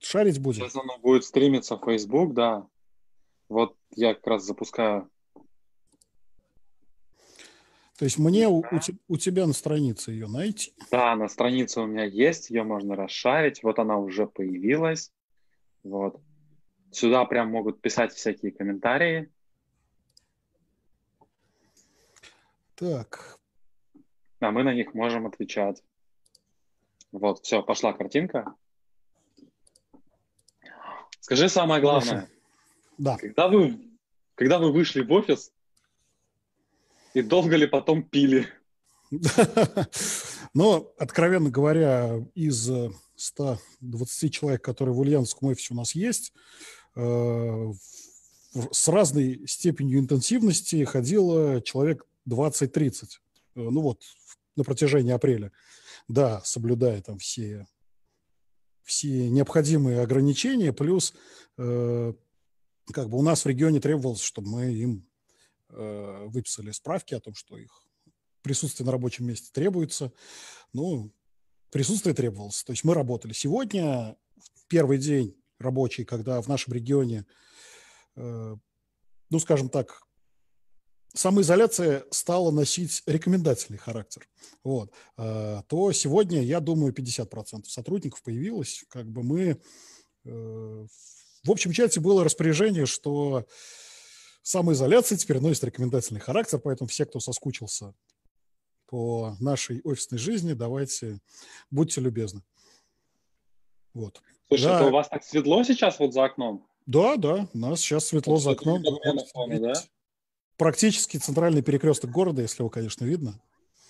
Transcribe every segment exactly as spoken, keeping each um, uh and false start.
Шарить будем? Сейчас оно будет стримиться в Facebook, да. Вот я как раз запускаю. То есть мне у, у, те- у тебя на странице ее найти? Да, на странице у меня есть, ее можно расшарить. Вот она уже появилась. Вот. Сюда прям могут писать всякие комментарии. Так, А мы на них можем отвечать. Вот, все, пошла картинка. Скажи самое хорошо. главное. Да. Когда вы, когда вы вышли в офис, и долго ли потом пили? Но, откровенно говоря, из ста двадцати человек, которые в ульяновском офисе у нас есть, э, с разной степенью интенсивности ходило человек двадцать-тридцать. Ну вот, на протяжении апреля. Да, соблюдая там все, все необходимые ограничения, плюс э, как бы у нас в регионе требовалось, чтобы мы им э, выписали справки о том, что их присутствие на рабочем месте требуется. Ну, присутствие требовалось. То есть мы работали. Сегодня, первый день рабочий, когда в нашем регионе, э, ну, скажем так, самоизоляция стала носить рекомендательный характер, вот, э, то сегодня, я думаю, пятьдесят процентов сотрудников появилось. Как бы мы, э, в общем чате было распоряжение, что самоизоляция теперь носит рекомендательный характер, поэтому все, кто соскучился по нашей офисной жизни, давайте, будьте любезны. Вот. Слушай, это у Да, вас так светло сейчас вот за окном? да, да, у нас сейчас светло Вот за что-то не окном. как Вы у меня на можете фоне, да? видеть практически центральный перекресток города, если его, конечно, видно.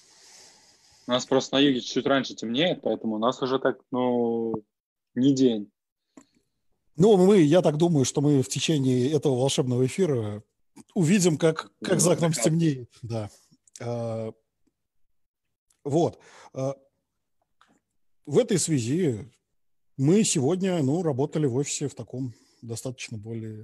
У нас просто на юге чуть раньше темнеет, поэтому у нас уже так, ну, не день. Ну, мы, я так думаю, что мы в течение этого волшебного эфира увидим, как, как Будем за окном отдыхать. стемнеет. Да. А, вот. А, в этой связи мы сегодня, ну, работали в офисе в таком достаточно более...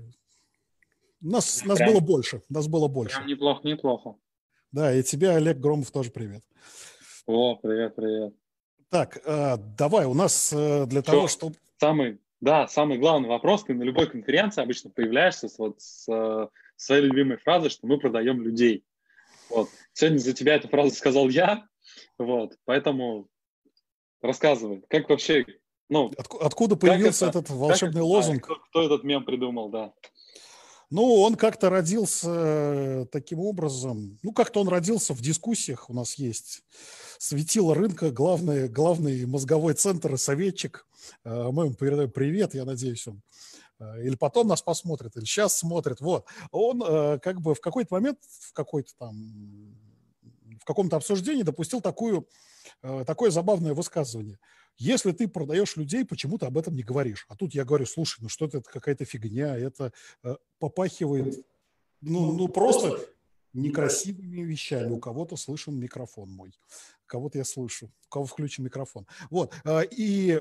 Нас, нас было Прям, больше, нас было прям больше. неплохо, неплохо. Да, и тебе, Олег Громов, тоже привет. О, привет, привет. Так, а, давай, у нас э, для того, Что, чтобы... самый, да, самый главный вопрос, ты на любой конференции обычно появляешься с, вот, с э, своей любимой фразой, что мы продаем людей. Вот. Сегодня за тебя эту фразу сказал я, вот, поэтому рассказывай, как вообще, ну, Откуда как появился это, этот как волшебный это, да, и лозунг? кто, кто этот мем придумал, да. Ну, он как-то родился таким образом. Ну, как-то он родился в дискуссиях. У нас есть светило рынка, главный, главный мозговой центр и советчик. Э, Мы ему передаем привет, я надеюсь, он э, или потом нас посмотрит, или сейчас смотрит. Вот. Он э, как бы в какой-то момент, в какой-то там, в каком-то обсуждении допустил такую, э, такое забавное высказывание. Если ты продаешь людей, почему ты об этом не говоришь? А тут я говорю, слушай, ну что это какая-то фигня, это э, попахивает, ну, ну просто некрасивыми вещами. У кого-то слышен микрофон мой, кого-то я слышу, у кого включен микрофон. Вот, э, и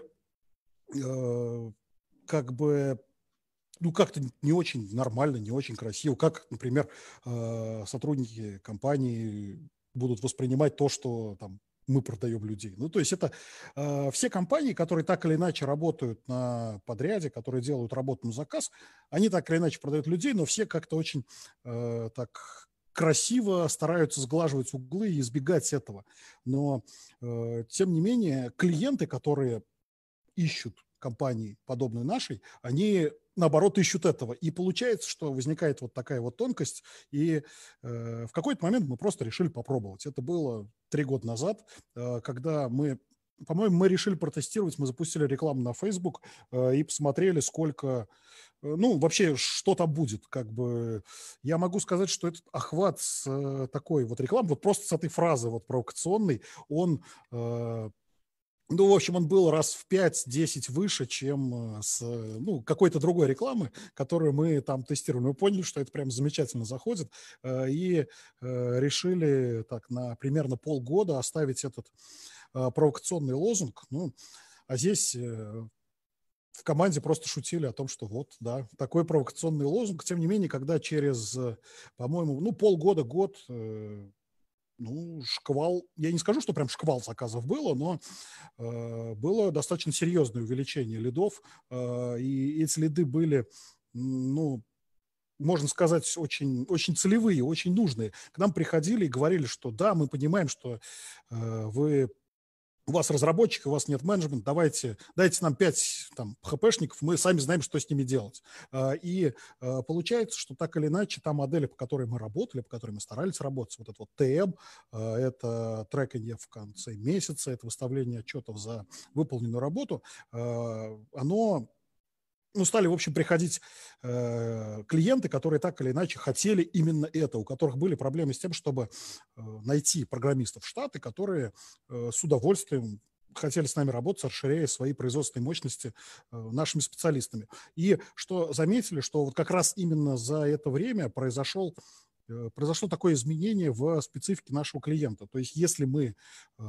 э, как бы, ну, как-то не очень нормально, не очень красиво. Как, например, э, сотрудники компании будут воспринимать то, что там мы продаем людей. Ну, то есть это э, все компании, которые так или иначе работают на подряде, которые делают работу на заказ, они так или иначе продают людей, но все как-то очень э, так красиво стараются сглаживать углы и избегать этого. Но, э, тем не менее, клиенты, которые ищут компании, подобные нашей, они наоборот ищут этого. И получается, что возникает вот такая вот тонкость. И э, в какой-то момент мы просто решили попробовать. Это было три года назад, э, когда мы, по-моему, мы решили протестировать, мы запустили рекламу на Facebook э, и посмотрели, сколько, э, ну, вообще, что там будет. Как бы я могу сказать, что этот охват с э, такой вот рекламы, вот просто с этой фразы вот провокационной, он э, ну, в общем, он был раз в пять-десять выше, чем с ну, какой-то другой рекламы, которую мы там тестировали. Мы поняли, что это прям замечательно заходит, и решили так на примерно полгода оставить этот провокационный лозунг. Ну, а здесь в команде просто шутили о том, что вот, да, такой провокационный лозунг. Тем не менее, когда через, по-моему, ну, полгода, год ну, шквал, я не скажу, что прям шквал заказов было, но э, было достаточно серьезное увеличение лидов, э, и эти лиды были, ну, можно сказать, очень, очень целевые, очень нужные. К нам приходили и говорили, что да, мы понимаем, что э, вы... У вас разработчик, у вас нет менеджмента, давайте, дайте нам пять там, ПХПшников, мы сами знаем, что с ними делать. И получается, что так или иначе, та модель, по которой мы работали, по которой мы старались работать, вот это вот ТМ, это трекинг в конце месяца, это выставление отчетов за выполненную работу, оно... Ну, стали, в общем, приходить э, клиенты, которые так или иначе хотели именно это, у которых были проблемы с тем, чтобы э, найти программистов в Штаты, которые э, с удовольствием хотели с нами работать, расширяя свои производственные мощности э, нашими специалистами. И что заметили, что вот как раз именно за это время произошел, э, произошло такое изменение в специфике нашего клиента. То есть если мы... Э,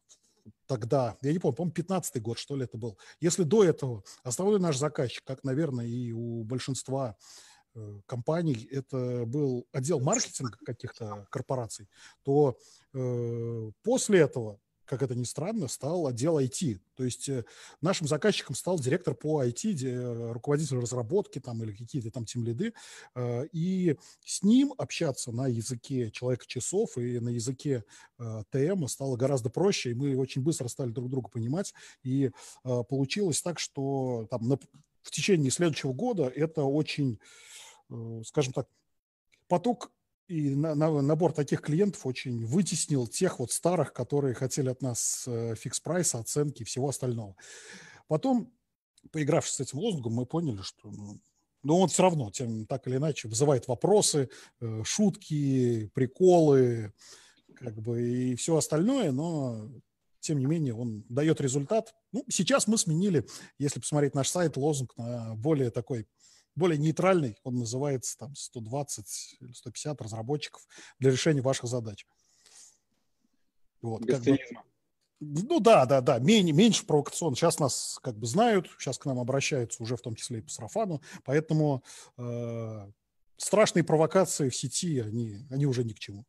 тогда, я не помню, по-моему, пятнадцатый год, что ли, это был. Если до этого основной наш заказчик, как, наверное, и у большинства э, компаний, это был отдел маркетинга каких-то корпораций, то э, после этого, как это ни странно, стал отдел ай ти. То есть э, нашим заказчиком стал директор по ай ти, де, руководитель разработки там, или какие-то там тимлиды. Э, и с ним общаться на языке человека-часов и на языке э, ТМ стало гораздо проще, и мы очень быстро стали друг друга понимать. И э, получилось так, что там, на, в течение следующего года это очень, э, скажем так, поток и на, на, набор таких клиентов очень вытеснил тех вот старых, которые хотели от нас э, фикс-прайса, оценки и всего остального. Потом, поигравшись с этим лозунгом, мы поняли, что ну, но он все равно, тем так или иначе, вызывает вопросы, э, шутки, приколы, как бы и все остальное, но тем не менее он дает результат. Ну, сейчас мы сменили, если посмотреть наш сайт, лозунг на более такой, более нейтральный, он называется там сто двадцать или сто пятьдесят разработчиков для решения ваших задач. Вот, без как бы, цинизма. ну да, да, да, менее, меньше провокационно. Сейчас нас как бы знают, сейчас к нам обращаются уже в том числе и по сарафану, поэтому э, страшные провокации в сети, они, они уже ни к чему.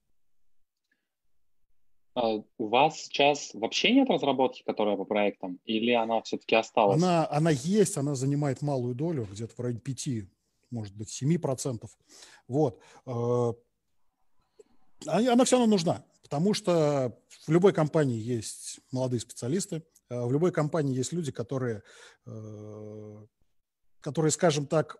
А у вас сейчас вообще нет разработки, которая по проектам, или она все-таки осталась? Она, она есть, она занимает малую долю, где-то в районе пяти, может быть, семи процентов. Вот. Она все равно нужна, потому что в любой компании есть молодые специалисты, в любой компании есть люди, которые, которые, скажем так,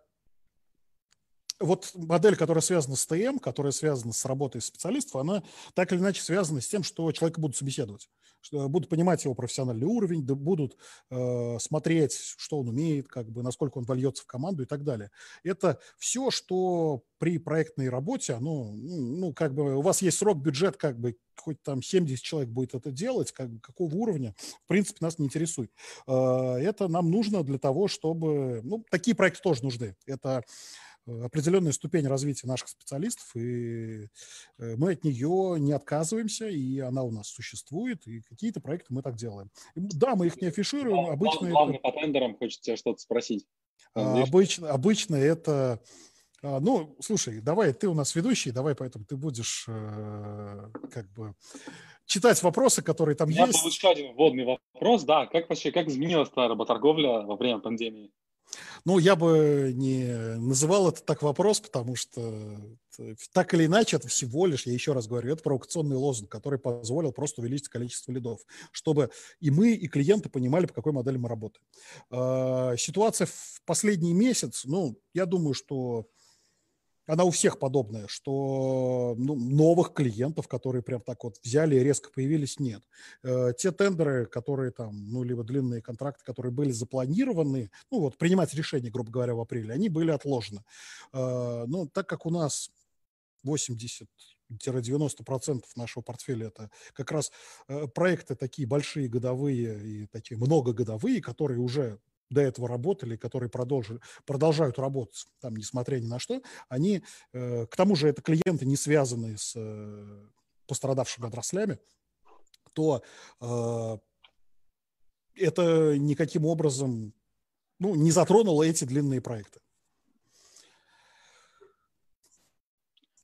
вот модель, которая связана с ТМ, которая связана с работой специалистов, она так или иначе связана с тем, что человека будут собеседовать, что будут понимать его профессиональный уровень, да будут э, смотреть, что он умеет, как бы, насколько он вольется в команду и так далее. Это все, что при проектной работе, оно, ну, как бы у вас есть срок, бюджет, как бы, хоть там семьдесят человек будет это делать, как бы, какого уровня, в принципе, нас не интересует. Э, это нам нужно для того, чтобы, ну, такие проекты тоже нужны. Это определенная ступень развития наших специалистов, и мы от нее не отказываемся, и она у нас существует, и какие-то проекты мы так делаем. И, да, мы их не афишируем, Глав, обычно главный это... по тендерам хочет тебя что-то спросить. Обычно, обычно это... Ну, слушай, давай, ты у нас ведущий, давай поэтому ты будешь как бы читать вопросы, которые там У есть. меня был еще один вводный вопрос, да, как вообще, как изменилась твоя работорговля во время пандемии? Ну, я бы не называл это так вопрос, потому что так или иначе это всего лишь, я еще раз говорю, это провокационный лозунг, который позволил просто увеличить количество лидов, чтобы и мы, и клиенты понимали, по какой модели мы работаем. Ситуация в последний месяц, ну, я думаю, что она у всех подобная, что ну, новых клиентов, которые прям так вот взяли и резко появились, нет. Э, те тендеры, которые там, ну, либо длинные контракты, которые были запланированы, ну, вот принимать решение, грубо говоря, в апреле, они были отложены. Э, но так как у нас восемьдесят-девяносто процентов нашего портфеля это как раз э, проекты такие большие, годовые и такие многогодовые, которые уже до этого работали, которые продолжили, продолжают работать, там, несмотря ни на что, они, э, к тому же это клиенты, не связанные с э, пострадавшими отраслями, то э, это никаким образом ну, не затронуло эти длинные проекты.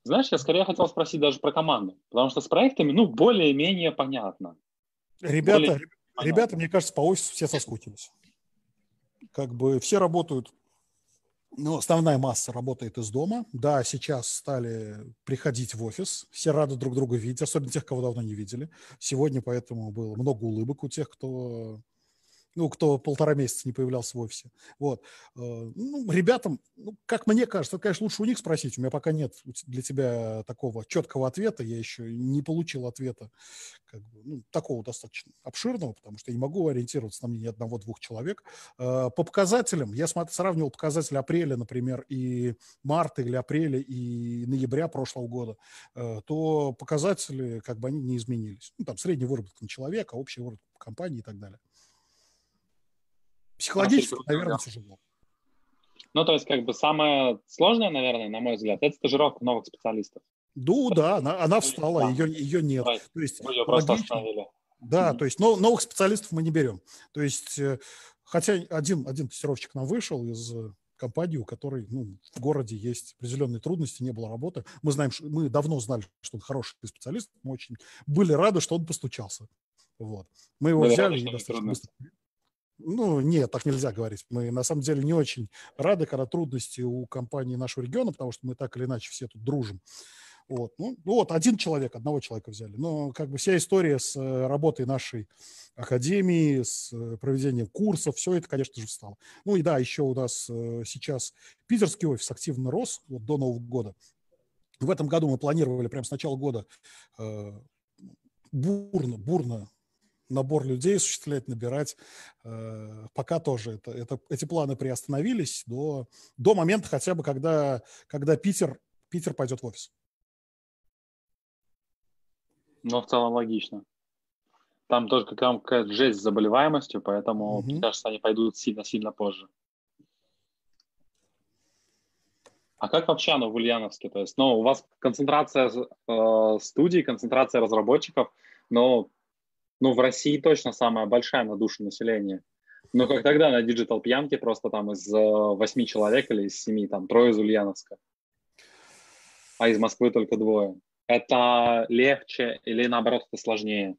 Знаешь, я скорее хотел спросить даже про команду, потому что с проектами, ну, более-менее понятно. Ребята, Более ребята, понятно. мне кажется, по офису все соскучились. Как бы все работают, ну, основная масса работает из дома. Да, сейчас стали приходить в офис, все рады друг друга видеть, особенно тех, кого давно не видели. Сегодня поэтому было много улыбок у тех, кто... ну, кто полтора месяца не появлялся в офисе. Вот. Ну, ребятам, ну, как мне кажется, это, конечно, лучше у них спросить. У меня пока нет для тебя такого четкого ответа. Я еще не получил ответа как бы, ну, такого достаточно обширного, потому что я не могу ориентироваться на мнение одного-двух человек. По показателям, я смотрю, сравнивал показатели апреля, например, и марта или апреля и ноября прошлого года, то показатели, как бы, они не изменились. Ну, там, средний выработка на человека, общий выработка компании и так далее. Психологически, наверное, тяжело. Ну, то есть, как бы, самое сложное, наверное, на мой взгляд, это стажировка новых специалистов. Ну, да, она, она встала, да. ее, ее нет. Right. То есть, Вы ее просто остановили. Да, mm-hmm. то есть но, новых специалистов мы не берем. То есть, хотя один, один тестировщик нам вышел из компании, у которой, ну, в городе есть определенные трудности, не было работы. Мы знаем, что, мы давно знали, что он хороший специалист, мы очень были рады, что он постучался. Вот. Мы его Были взяли рады, и достаточно трудности. быстро. Ну, нет, так нельзя говорить. Мы, на самом деле, не очень рады, когда трудности у компании нашего региона, потому что мы так или иначе все тут дружим. Вот. Ну, вот, один человек, одного человека взяли. Но как бы вся история с работой нашей академии, с проведением курсов, все это, конечно же, встало. Ну и да, еще у нас сейчас питерский офис активно рос вот, до Нового года. В этом году мы планировали прямо с начала года э, бурно, бурно набор людей осуществлять, набирать. Э, пока тоже это, это, эти планы приостановились до, до момента хотя бы, когда, когда Питер, Питер пойдет в офис. Ну, в целом логично. Там тоже какая-то жесть с заболеваемостью, поэтому, Угу. мне кажется, они пойдут сильно-сильно позже. А как вообще оно в Ульяновске? То есть, ну, у вас концентрация э, студий, концентрация разработчиков, но ну, в России точно самая большая на душу населения. Но как тогда на Digital пьянке просто там из восьми человек или из семи, там трое из Ульяновска, а из Москвы только двое. Это легче или наоборот это сложнее?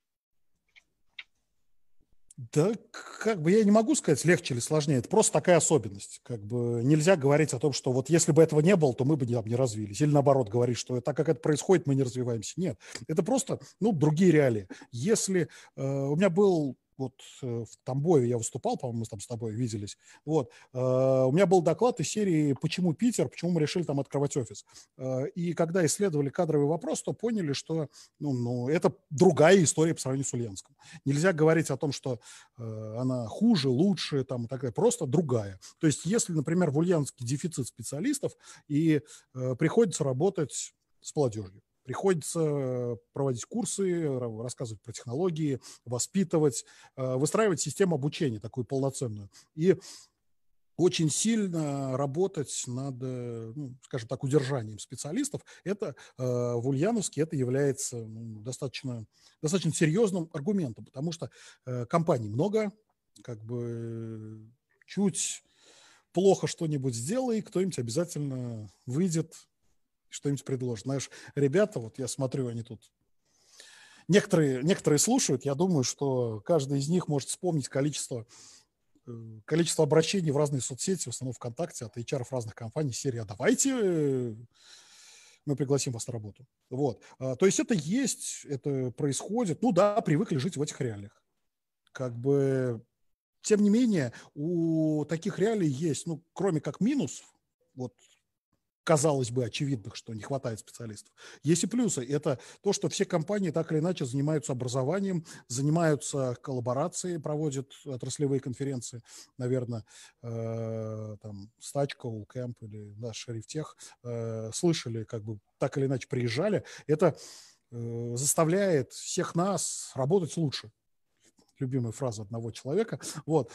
Да, как бы я не могу сказать, легче или сложнее. Это просто такая особенность. Как бы нельзя говорить о том, что вот если бы этого не было, то мы бы там не развились. Или наоборот говорить, что так как это происходит, мы не развиваемся. Нет, это просто, ну, другие реалии. Если э, у меня был вот в Тамбове я выступал, по-моему, мы там с тобой виделись. Вот. У меня был доклад из серии «Почему Питер?», почему мы решили там открывать офис. И когда исследовали кадровый вопрос, то поняли, что ну, ну, это другая история по сравнению с Ульяновском. Нельзя говорить о том, что она хуже, лучше, там, и так далее. Просто другая. То есть если, например, в Ульяновске дефицит специалистов и приходится работать с молодежью, приходится проводить курсы, рассказывать про технологии, воспитывать, выстраивать систему обучения такую полноценную. И очень сильно работать над, ну, скажем так, удержанием специалистов. Это в Ульяновске это является ну, достаточно, достаточно серьезным аргументом, потому что компаний много, как бы чуть плохо что-нибудь сделай, кто-нибудь обязательно выйдет, что-нибудь предложит. Знаешь, ребята, вот я смотрю, они тут... Некоторые, некоторые слушают, я думаю, что каждый из них может вспомнить количество, количество обращений в разные соцсети, в основном ВКонтакте, от эйч ар разных компаний, серия «Давайте мы пригласим вас на работу». Вот. То есть это есть, это происходит. Ну да, привыкли жить в этих реалиях. Как бы, тем не менее, у таких реалий есть, ну, кроме как минус, вот, казалось бы, очевидных, что не хватает специалистов. Есть и плюсы. Это то, что все компании так или иначе занимаются образованием, занимаются коллаборацией, проводят отраслевые конференции. Наверное, э, там, Стачка, Улкэмп или наш Шерифтех э, слышали, как бы так или иначе приезжали. Это э, заставляет всех нас работать лучше. Любимая фраза одного человека. Вот.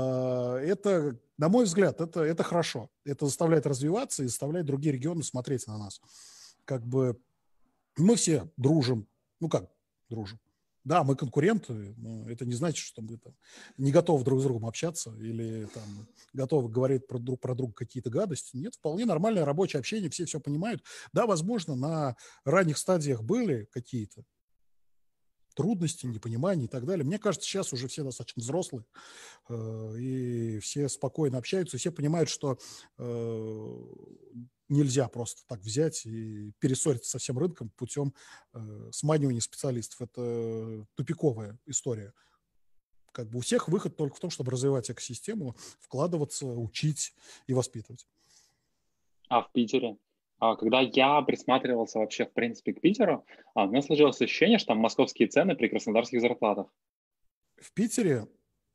Это, на мой взгляд, это, это хорошо. Это заставляет развиваться и заставляет другие регионы смотреть на нас. Как бы мы все дружим. Ну как дружим? Да, мы конкуренты, но это не значит, что мы там не готовы друг с другом общаться или там готовы говорить про друг, про друга какие-то гадости. Нет, вполне нормальное рабочее общение, все все понимают. Да, возможно, на ранних стадиях были какие-то трудности, непонимания и так далее. Мне кажется, сейчас уже все достаточно взрослые, э, и все спокойно общаются, и все понимают, что э, нельзя просто так взять и перессориться со всем рынком путем э, сманивания специалистов. Это тупиковая история. Как бы у всех выход только в том, чтобы развивать экосистему, вкладываться, учить и воспитывать. А в Питере? А, Когда я присматривался вообще, в принципе, к Питеру, а, у меня сложилось ощущение, что там московские цены при краснодарских зарплатах. В Питере,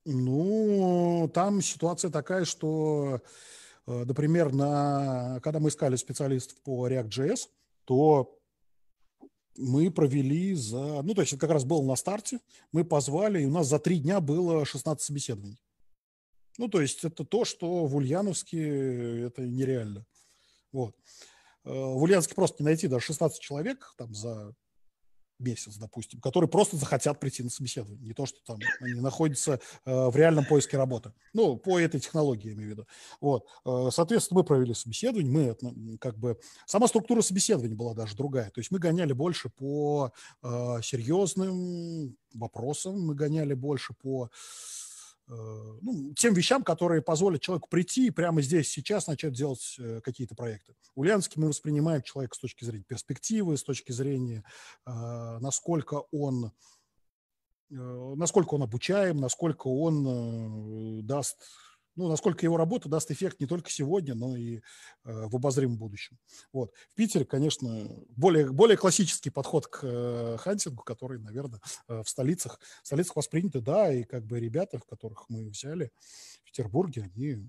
ну, там ситуация такая, что, э, например, на, когда мы искали специалистов по React.js, то мы провели за... Ну, то есть это как раз было на старте, мы позвали, и у нас за три дня было шестнадцать собеседований. Ну, то есть это то, что в Ульяновске это нереально. Вот. Э, В Ульяновске просто не найти даже шестнадцать человек там за месяц, допустим, которые просто захотят прийти на собеседование. Не то, что там они находятся э, в реальном поиске работы. Ну, по этой технологии, я имею в виду. Вот. Э, соответственно, мы провели собеседование. Мы, ну, как бы... Сама структура собеседования была даже другая. То есть мы гоняли больше по э, серьезным вопросам, мы гоняли больше по ну, тем вещам, которые позволят человеку прийти и прямо здесь, сейчас начать делать э, какие-то проекты. В Ульяновске мы воспринимаем человека с точки зрения перспективы, с точки зрения, э, насколько он, э, насколько он обучаем, насколько он э, даст, ну, насколько его работа даст эффект не только сегодня, но и э, в обозримом будущем. Вот. В Питере, конечно, более, более классический подход к э, хантингу, который, наверное, э, в столицах, в столицах восприняты, да, и как бы ребята, которых мы взяли в Петербурге, они...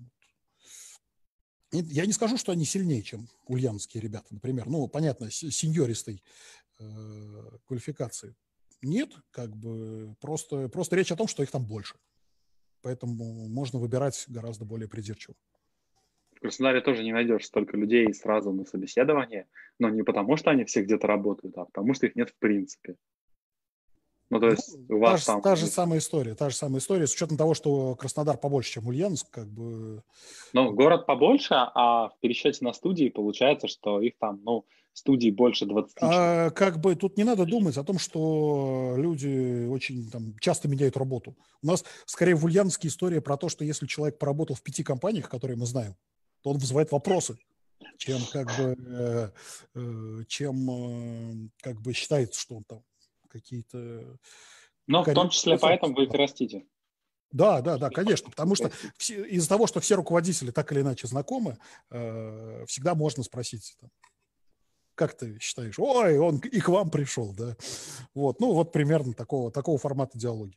Я не скажу, что они сильнее, чем ульяновские ребята, например. Ну, понятно, сеньористой э, квалификации. Нет, как бы просто, просто речь о том, что их там больше. Поэтому можно выбирать гораздо более придирчиво. В Краснодаре тоже не найдешь столько людей сразу на собеседование, но не потому, что они все где-то работают, а потому, что их нет в принципе. Ну, то Ну, есть у та, вас же, там... та же самая история, та же самая история, с учетом того, что Краснодар побольше, чем Ульяновск, как бы... Ну, город побольше, а в пересчете на студии получается, что их там, ну, студий больше двадцати человек. А как бы тут не надо думать о том, что люди очень там, часто меняют работу. У нас скорее в Ульяновске история про то, что если человек поработал в пяти компаниях, которые мы знаем, то он вызывает вопросы, чем как бы, э, э, чем э, как бы считается, что он там какие-то... Но в том карьерные числе высотки. поэтому вы их и растите. Да, да, да, конечно, потому что Растите. все, из-за того, что все руководители так или иначе знакомы, э, всегда можно спросить, там, как ты считаешь, ой, он и к вам пришел, да, вот, ну вот примерно такого, такого формата диалоги.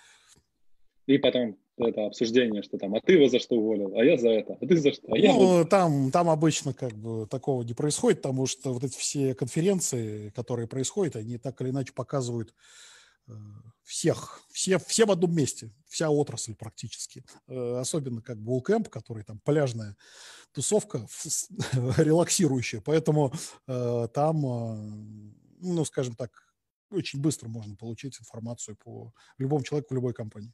И потом это обсуждение, что там, а ты его за что уволил, а я за это, а ты за что, а я Ну, вот... там, там обычно как бы такого не происходит, потому что вот эти все конференции, которые происходят, они так или иначе показывают э, всех, все, все в одном месте, вся отрасль практически. Э, особенно как бы Bullcamp, который там пляжная тусовка релаксирующая, поэтому э, там, э, ну, скажем так, очень быстро можно получить информацию по любому человеку в любой компании.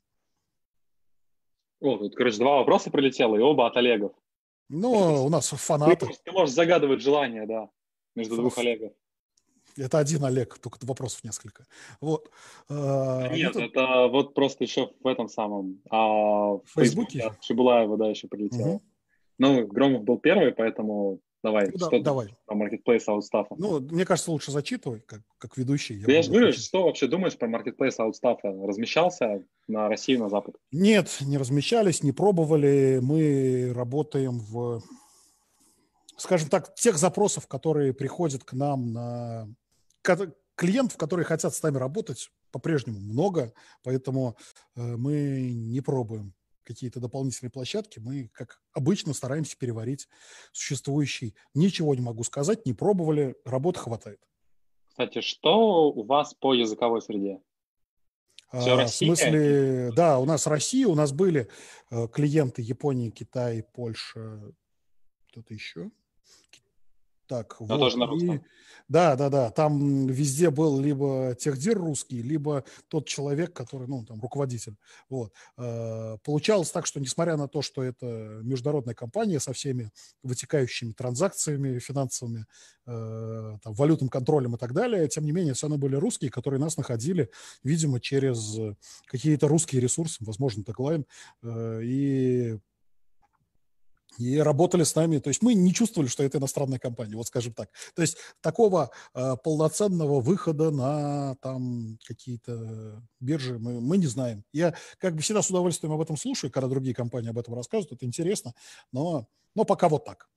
О, тут, короче, два вопроса прилетело, и оба от Олегов. Ну, у нас Ты фанаты. можешь, ты можешь загадывать желание, да, между двух Олегов. Это один Олег, только вопросов несколько. Вот. Да А, ну, нет, тут это вот просто еще в этом самом, а, в в Фейсбуке Фейсбуке. от Шибулаева, да, еще Угу. прилетело. Ну, Громов был первый, поэтому давай, Ну, да, что ты давай. про Marketplace Outstaff? Ну, мне кажется, лучше зачитывай, как, как ведущий. Я Да я же буду говорю, отвечать. что вообще думаешь про Marketplace Outstaff? Размещался на Россию, на Запад? Нет, не размещались, не пробовали. Мы работаем в, скажем так, тех запросов, которые приходят к нам на клиентов, которые хотят с нами работать, по-прежнему много, поэтому э, мы не пробуем какие-то дополнительные площадки. Мы, как обычно, стараемся переварить существующий. Ничего не могу сказать, не пробовали, работы хватает. Кстати, что у вас по языковой среде? Все А, в Россия? смысле, да, у нас Россия, у нас были э, клиенты Японии, Китай, Польша, кто-то еще. Так, Но вот. тоже на И русском. да, да, да, там везде был либо техдир русский, либо тот человек, который, ну, там, руководитель. Вот. Э, Получалось так, что несмотря на то, что это международная компания со всеми вытекающими транзакциями финансовыми, э, там, валютным контролем и так далее, тем не менее, все равно были русские, которые нас находили, видимо, через какие-то русские ресурсы, возможно, Таглайн, э, и и работали с нами. То есть мы не чувствовали, что это иностранная компания, вот скажем так. То есть такого э, полноценного выхода на там какие-то биржи мы, мы не знаем. Я как бы всегда с удовольствием об этом слушаю, когда другие компании об этом рассказывают, это интересно, но, но пока вот так.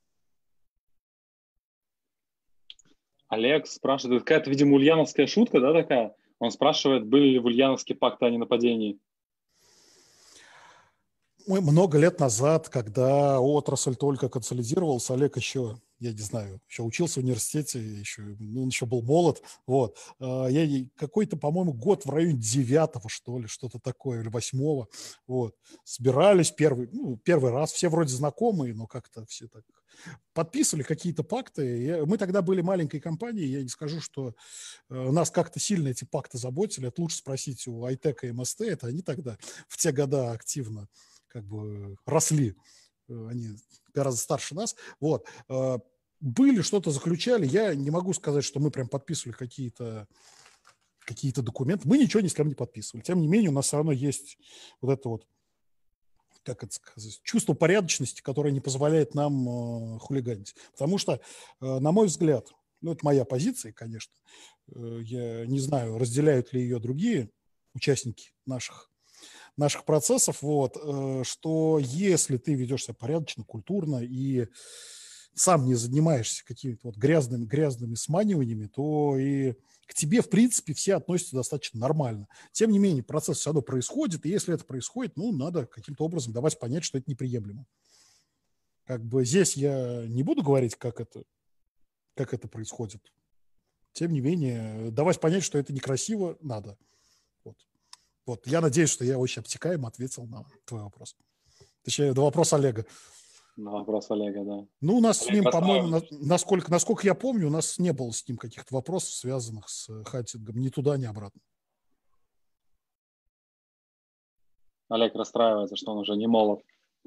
Олег спрашивает, это какая-то, видимо, ульяновская шутка, да, такая? Он спрашивает, были ли в Ульяновске пакты о ненападении? Мы много лет назад, когда отрасль только консолидировалась, Олег еще, я не знаю, еще учился в университете, еще, ну, он еще был молод, вот. Я какой-то, по-моему, год в районе девятого, что ли, что-то такое, или восьмого, вот. Собирались первый, ну, первый раз, все вроде знакомые, но как-то все так подписывали какие-то пакты. Я, мы тогда были маленькой компанией, я не скажу, что э, нас как-то сильно эти пакты заботили. Это лучше спросить у Айтека и МСТ, это они тогда в те года активно как бы росли, они гораздо старше нас, вот, были, что-то заключали, я не могу сказать, что мы прям подписывали какие-то какие-то документы, мы ничего ни с кем не подписывали, тем не менее у нас все равно есть вот это вот, как это сказать, чувство порядочности, которое не позволяет нам э, хулиганить, потому что, э, на мой взгляд, ну, это моя позиция, конечно, э, я не знаю, разделяют ли ее другие участники наших наших процессов, вот, что если ты ведешь себя порядочно, культурно и сам не занимаешься какими-то вот грязными, грязными сманиваниями, то и к тебе, в принципе, все относятся достаточно нормально. Тем не менее, процесс все равно происходит, и если это происходит, ну, надо каким-то образом давать понять, что это неприемлемо. Как бы здесь я не буду говорить, как это, как это происходит. Тем не менее, давать понять, что это некрасиво, надо. Вот. Вот. Я надеюсь, что я очень обтекаемо ответил на твой вопрос. Точнее, на вопрос Олега. На вопрос Олега, да. Ну, у нас Олег с ним, по-моему, на, расстраивается. насколько, насколько я помню, у нас не было с ним каких-то вопросов, связанных с хантингом. Ни туда, ни обратно. Олег расстраивается, что он уже не молод.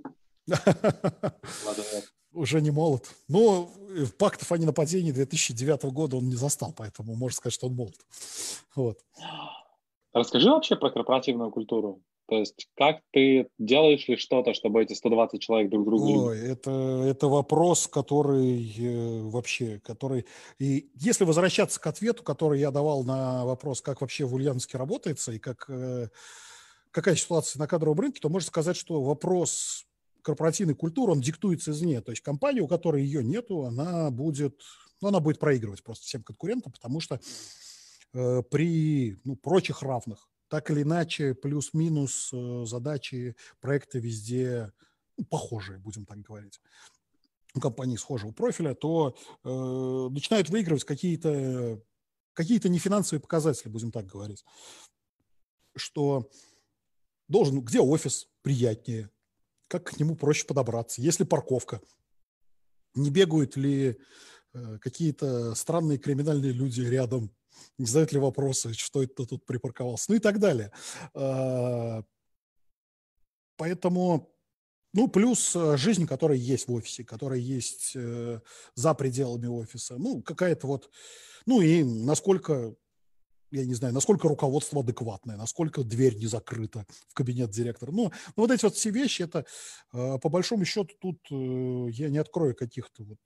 Уже не молод. Но пактов о ненападении две тысячи девятого года он не застал, поэтому можно сказать, что он молод. Вот. Расскажи вообще про корпоративную культуру. То есть как ты делаешь ли что-то, чтобы эти сто двадцать человек друг друга любили? Ой, это, это вопрос, который э, вообще, который... И если возвращаться к ответу, который я давал на вопрос, как вообще в Ульяновске работается и как, э, какая ситуация на кадровом рынке, то можно сказать, что вопрос корпоративной культуры, он диктуется извне. То есть компания, у которой ее нету, она будет, ну, она будет проигрывать просто всем конкурентам, потому что э, при ну, прочих равных, так или иначе, плюс-минус э, задачи, проекты везде ну, похожие, будем так говорить, у компаний схожего профиля, то э, начинают выигрывать какие-то какие-то нефинансовые показатели, будем так говорить, что должен, где офис приятнее, как к нему проще подобраться, есть ли парковка, не бегают ли э, какие-то странные криминальные люди рядом, не задают ли вопросы, что это тут припарковался, ну и так далее. А, поэтому, ну, плюс жизнь, которая есть в офисе, которая есть э, за пределами офиса, ну, какая-то вот, ну и насколько, я не знаю, насколько руководство адекватное, насколько дверь не закрыта в кабинет директора. Ну, ну вот эти вот все вещи, это э, по большому счету тут э, я не открою каких-то вот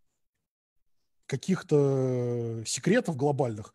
каких-то секретов глобальных.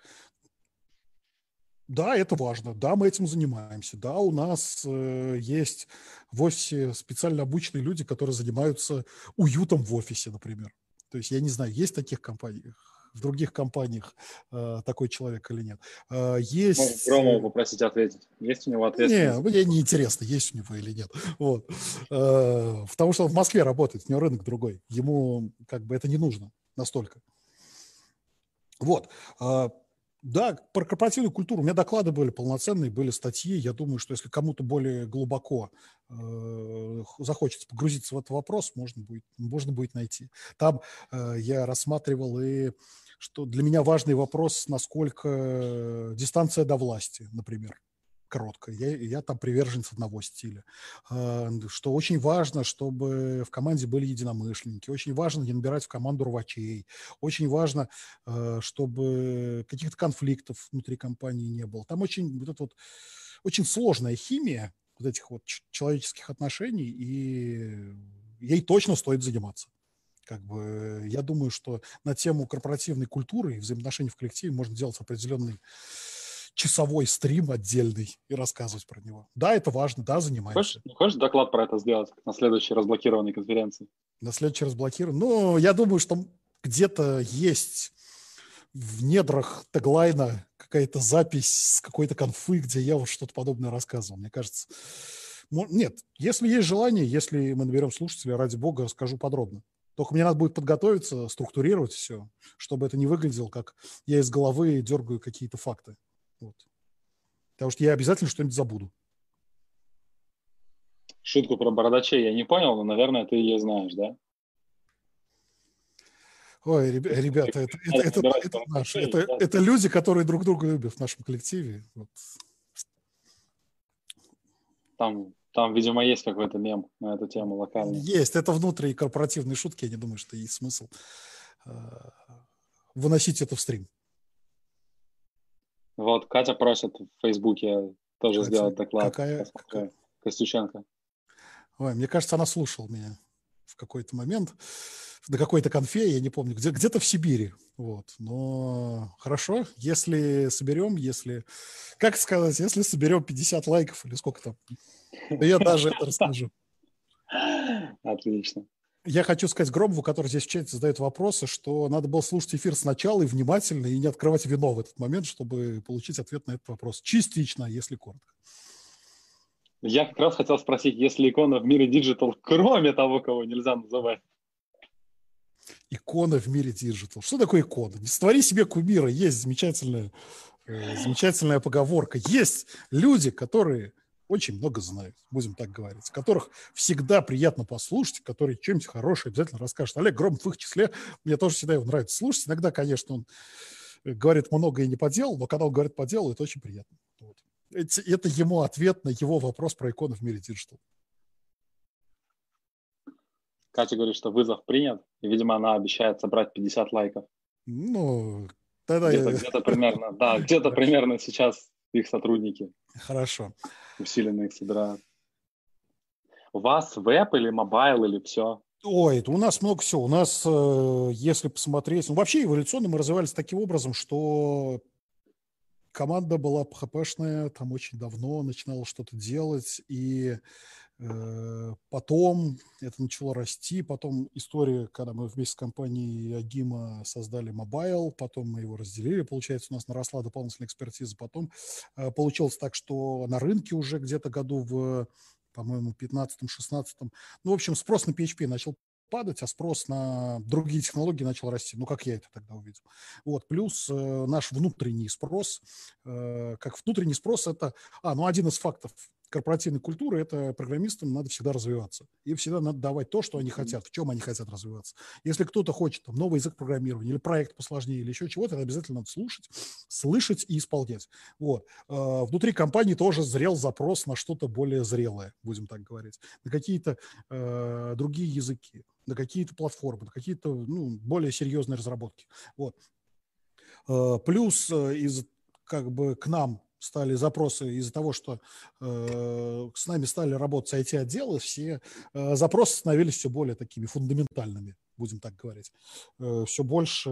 Да, это важно. Да, мы этим занимаемся. Да, у нас э, есть в офисе специально обученные люди, которые занимаются уютом в офисе, например. То есть я не знаю, есть в таких компаниях, в других компаниях э, такой человек или нет. Э, Можно есть... Громова попросить ответить. Есть у него Не, ответственность? мне не интересно, есть у него или нет. Вот. Э, потому что он в Москве работает, у него рынок другой. Ему как бы это не нужно настолько. Вот. Да, про корпоративную культуру. У меня доклады были полноценные, были статьи. Я думаю, что если кому-то более глубоко э, захочется погрузиться в этот вопрос, можно будет, можно будет найти. Там э, я рассматривал и что для меня важный вопрос, насколько дистанция до власти, например, короткая. Я, я там приверженец одного стиля. Э, что очень важно, чтобы в команде были единомышленники. Очень важно не набирать в команду рвачей. Очень важно, чтобы каких-то конфликтов внутри компании не было. Там очень, вот это вот, очень сложная химия вот этих вот человеческих отношений, и ей точно стоит заниматься. Как бы, я думаю, что на тему корпоративной культуры и взаимоотношений в коллективе можно делать определенный часовой стрим отдельный и рассказывать про него. Да, это важно, да, занимаемся. Хочешь, хочешь доклад про это сделать на следующей разблокированной конференции? На следующий разблокируем. Ну, я думаю, что где-то есть в недрах теглайна какая-то запись с какой-то конфы, где я вот что-то подобное рассказывал. Мне кажется, нет, если есть желание, если мы наберем слушателей, ради бога, расскажу подробно. Только мне надо будет подготовиться, структурировать все, чтобы это не выглядело, как я из головы дергаю какие-то факты. Вот. Потому что я обязательно что-нибудь забуду. Шутку про бородачей я не понял, но, наверное, ты ее знаешь, да? Ой, ребята, это, это, это, это, это наши. Это, это люди, которые друг друга любят в нашем коллективе. Вот. Там, там, видимо, есть какой-то мем на эту тему локальный. Есть. Это внутренние корпоративные шутки. Я не думаю, что есть смысл э, выносить это в стрим. Вот, Катя просит в Фейсбуке тоже Катя, сделать доклад. Какая, какая? Костюченко. Ой, мне кажется, она слушала меня в какой-то момент, на какой-то конфе, я не помню, где, где-то в Сибири. Вот. Но хорошо, если соберем, если, как сказать, если соберем пятьдесят лайков или сколько там, то я даже это расскажу. Отлично. Я хочу сказать Громову, который здесь в чате задает вопросы, что надо было слушать эфир сначала и внимательно, и не открывать вино в этот момент, чтобы получить ответ на этот вопрос. Частично, если коротко. Я как раз хотел спросить, есть ли икона в мире диджитал, кроме того, кого нельзя называть? Икона в мире диджитал. Что такое икона? Не створи себе кумира. Есть замечательная, э, замечательная поговорка. Есть люди, которые очень много знают, будем так говорить, которых всегда приятно послушать, которые что-нибудь хорошее обязательно расскажут. Олег Громов в их числе, мне тоже всегда его нравится слушать. Иногда, конечно, он говорит много и не по делу, но когда он говорит по делу, это очень приятно. Вот. Это, это ему ответ на его вопрос про иконы в мире диджитал. Катя говорит, что вызов принят, и, видимо, она обещает собрать пятьдесят лайков. Ну, тогда... Где-то, где-то примерно, да, где-то примерно сейчас их сотрудники. Хорошо. Усиленно их собирают. У вас веб или мобайл, или все? Ой, у нас много всего. У нас, если посмотреть... Ну, вообще эволюционно мы развивались таким образом, что команда была пи эйч пи-шная, там очень давно начинала что-то делать, и э, потом это начало расти. Потом история, когда мы вместе с компанией Агима создали мобайл, потом мы его разделили, получается, у нас наросла дополнительная экспертиза. Потом э, получилось так, что на рынке уже где-то году в... по-моему, пятнадцатом-шестнадцатом. Ну, в общем, спрос на пи эйч пи начал падать, а спрос на другие технологии начал расти. Ну, как я это тогда увидел. Вот. Плюс э, наш внутренний спрос. Э, как внутренний спрос это... А, ну, один из фактов корпоративной культуры – это программистам надо всегда развиваться. Им всегда надо давать то, что они хотят, в чем они хотят развиваться. Если кто-то хочет там, новый язык программирования или проект посложнее, или еще чего-то, это обязательно надо слушать, слышать и исполнять. Вот. Э, внутри компании тоже зрел запрос на что-то более зрелое, будем так говорить, на какие-то э, другие языки, на какие-то платформы, на какие-то ну, более серьезные разработки. Вот. Э, плюс э, из, как бы к нам стали запросы из-за того, что э, с нами стали работать ай ти-отделы, все э, запросы становились все более такими фундаментальными, будем так говорить. Э, все больше...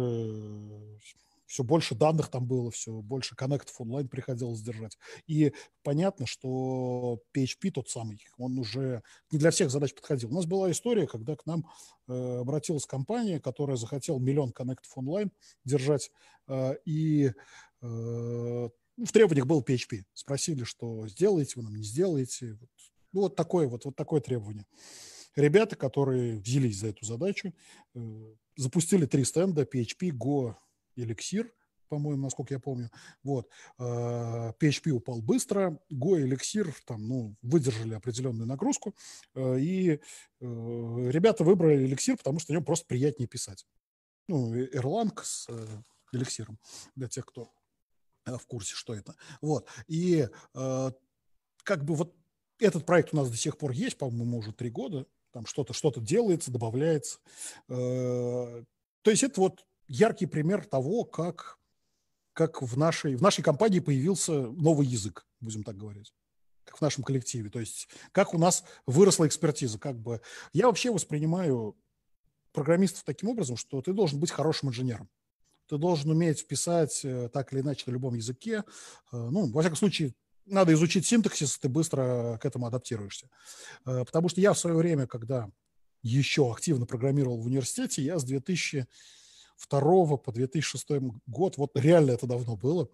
все больше данных там было, все больше коннектов онлайн приходилось держать. И понятно, что пи эйч пи тот самый, он уже не для всех задач подходил. У нас была история, когда к нам э, обратилась компания, которая захотела миллион коннектов онлайн держать, э, и э, в требованиях был пи эйч пи. Спросили, что сделаете вы нам, не сделаете. Ну, вот такое вот, вот такое требование. Ребята, которые взялись за эту задачу, э, запустили три стенда: пи эйч пи, Go, Elixir, по-моему, насколько я помню. Вот. пи эйч пи упал быстро, Go и Elixir там, ну, выдержали определенную нагрузку, и ребята выбрали Elixir, потому что на нем просто приятнее писать. Ну, Erlang с Elixir, для тех, кто в курсе, что это. Вот. И как бы вот этот проект у нас до сих пор есть, по-моему, уже три года. Там что-то что-то делается, добавляется. То есть это вот яркий пример того, как, как в, нашей, в нашей компании появился новый язык, будем так говорить, как в нашем коллективе. То есть как у нас выросла экспертиза. Как бы. Я вообще воспринимаю программистов таким образом, что ты должен быть хорошим инженером. Ты должен уметь писать так или иначе на любом языке. Ну, во всяком случае, надо изучить синтаксис, ты быстро к этому адаптируешься. Потому что я в свое время, когда еще активно программировал в университете, я с две тысячи второго по две тысячи шестой год, вот реально это давно было,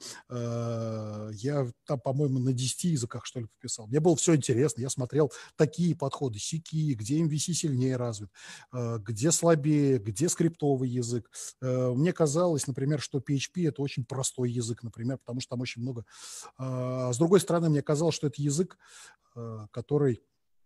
я там, по-моему, на десяти языках, что ли, пописал. Мне было все интересно, я смотрел такие подходы, сякие, где эм ви си сильнее развит, где слабее, где скриптовый язык. Мне казалось, например, что пи эйч пи – это очень простой язык, например, потому что там очень много. С другой стороны, мне казалось, что это язык, который...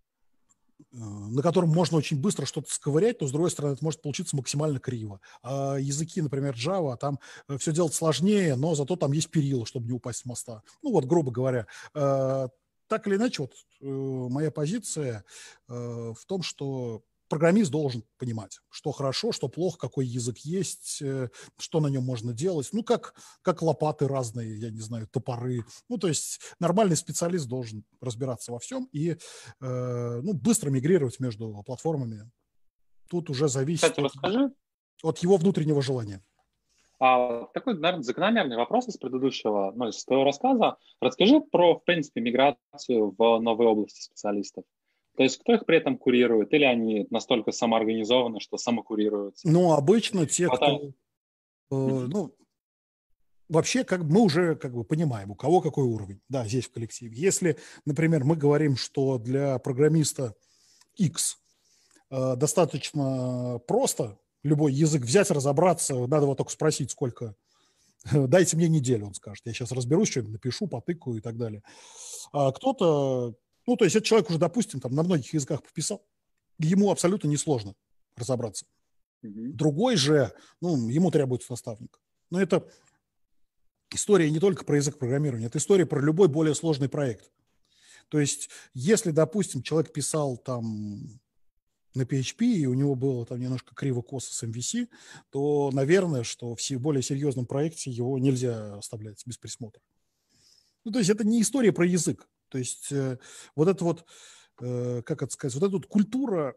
на котором можно очень быстро что-то сковырять, но, с другой стороны, это может получиться максимально криво. А языки, например, Java, там все делать сложнее, но зато там есть перила, чтобы не упасть с моста. Ну вот, грубо говоря. Так или иначе, вот моя позиция в том, что программист должен понимать, что хорошо, что плохо, какой язык есть, что на нем можно делать. Ну, как, как лопаты разные, я не знаю, топоры. Ну, то есть нормальный специалист должен разбираться во всем и э, ну, быстро мигрировать между платформами. Тут уже зависит Кстати, от, расскажи. от его внутреннего желания. А, такой, наверное, закономерный вопрос из предыдущего, ну, из твоего рассказа. Расскажи про, в принципе, миграцию в новые области специалистов. То есть кто их при этом курирует? Или они настолько самоорганизованы, что самокурируются? Ну, обычно те, Хватает. кто... Э, ну, вообще, как мы уже как бы понимаем, у кого какой уровень, да, здесь в коллективе. Если, например, мы говорим, что для программиста X э, достаточно просто любой язык взять, разобраться, надо его только спросить, сколько. Дайте мне неделю, он скажет. Я сейчас разберусь, что-нибудь напишу, потыкаю и так далее. А кто-то, ну, то есть этот человек уже, допустим, там на многих языках пописал, ему абсолютно несложно разобраться. Mm-hmm. Другой же, ну, ему требуется наставник. Но это история не только про язык программирования, это история про любой более сложный проект. То есть, если, допустим, человек писал там на пи эйч пи, и у него было там немножко криво-косо с эм ви си, то, наверное, что в более серьезном проекте его нельзя оставлять без присмотра. Ну, то есть, это не история про язык. То есть, э, вот это вот, э, как это сказать, вот эта вот культура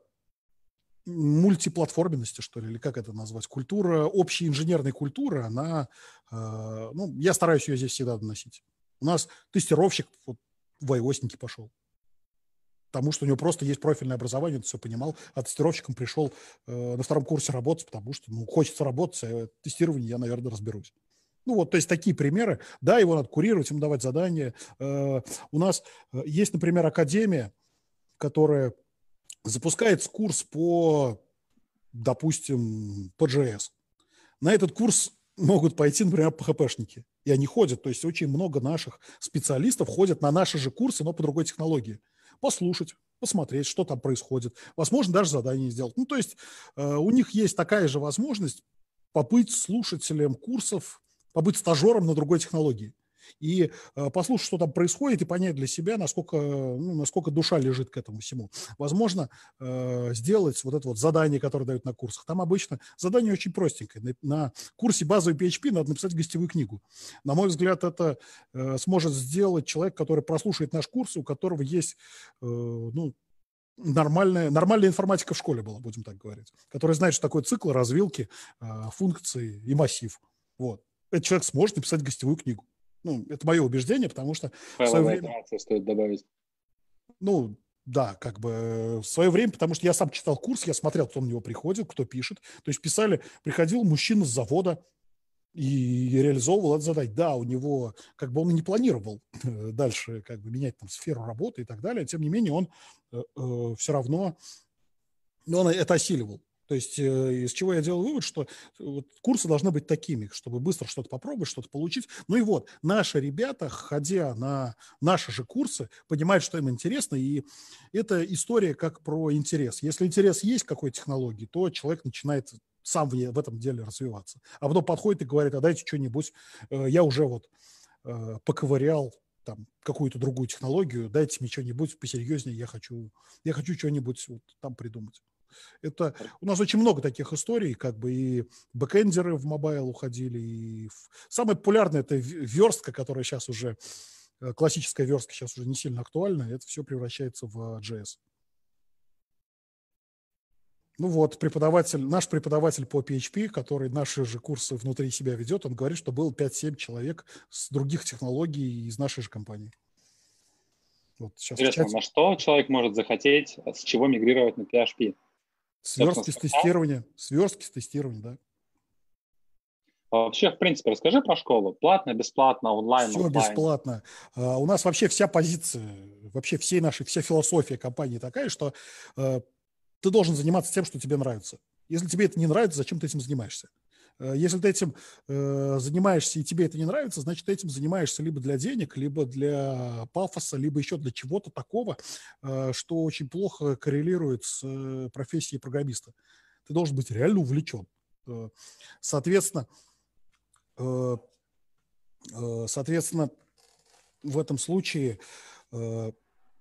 мультиплатформенности, что ли, или как это назвать, культура, общая инженерная культура, она, э, ну, я стараюсь ее здесь всегда доносить. У нас тестировщик вот, в iOS-ники пошел, потому что у него просто есть профильное образование, он все понимал, а тестировщиком пришел э, на втором курсе работать, потому что, ну, хочется работать, а тестирование я, наверное, разберусь. Ну, вот, то есть такие примеры. Да, его надо курировать, ему давать задания. Э, у нас есть, например, академия, которая запускает курс по, допустим, по джей эс. На этот курс могут пойти, например, пи эйч пи-шники. И они ходят. То есть очень много наших специалистов ходят на наши же курсы, но по другой технологии. Послушать, посмотреть, что там происходит. Возможно, даже задание сделать. Ну, то есть э, у них есть такая же возможность побыть слушателем курсов, побыть стажером на другой технологии. И э, послушать, что там происходит, и понять для себя, насколько, ну, насколько душа лежит к этому всему. Возможно, э, сделать вот это вот задание, которое дают на курсах. Там обычно задание очень простенькое. На, на курсе базовой пи эйч пи надо написать гостевую книгу. На мой взгляд, это э, сможет сделать человек, который прослушает наш курс, у которого есть, э, ну, нормальная, нормальная информатика в школе была, будем так говорить, который знает, что такое цикл, развилки, э, функции и массив. Вот. Этот человек сможет написать гостевую книгу. Ну, это мое убеждение, потому что в свое время... стоит добавить. Ну, да, как бы в свое время, потому что я сам читал курс, я смотрел, кто на него приходит, кто пишет. То есть писали, приходил мужчина с завода и реализовывал это задание. Да, у него, как бы он и не планировал дальше как бы менять там сферу работы и так далее. Тем не менее, он э, э, все равно, но он это осиливал. То есть э, из чего я делаю вывод, что вот, курсы должны быть такими, чтобы быстро что-то попробовать, что-то получить. Ну и вот, наши ребята, ходя на наши же курсы, понимают, что им интересно, и это история как про интерес. Если интерес есть к какой технологии, то человек начинает сам в, ней, в этом деле развиваться. А потом подходит и говорит, а дайте что-нибудь, э, я уже вот э, поковырял там какую-то другую технологию, дайте мне что-нибудь посерьезнее, я хочу, я хочу что-нибудь вот там придумать. Это у нас очень много таких историй, как бы и бэкэндеры в мобайл уходили, и в... самое популярное это верстка, которая сейчас уже, классическая верстка сейчас уже не сильно актуальна, это все превращается в джей эс. Ну вот, преподаватель, наш преподаватель по пи эйч пи, который наши же курсы внутри себя ведет, он говорит, что было пять-семь человек с других технологий из нашей же компании. Вот сейчас Интересно, на что человек может захотеть, с чего мигрировать на пи эйч пи? Сверстки с тестирования. Сверстки с тестирования, да. Вообще, в принципе, расскажи про школу. Платно, бесплатно, онлайн, Все офлайн. Бесплатно. Uh, у нас вообще вся позиция, вообще всей нашей, вся философия компании такая, что uh, ты должен заниматься тем, что тебе нравится. Если тебе это не нравится, зачем ты этим занимаешься? Если ты этим э, занимаешься и тебе это не нравится, значит, ты этим занимаешься либо для денег, либо для пафоса, либо еще для чего-то такого, э, что очень плохо коррелирует с э, профессией программиста. Ты должен быть реально увлечен. Э, соответственно, э, э, соответственно, в этом случае... Э,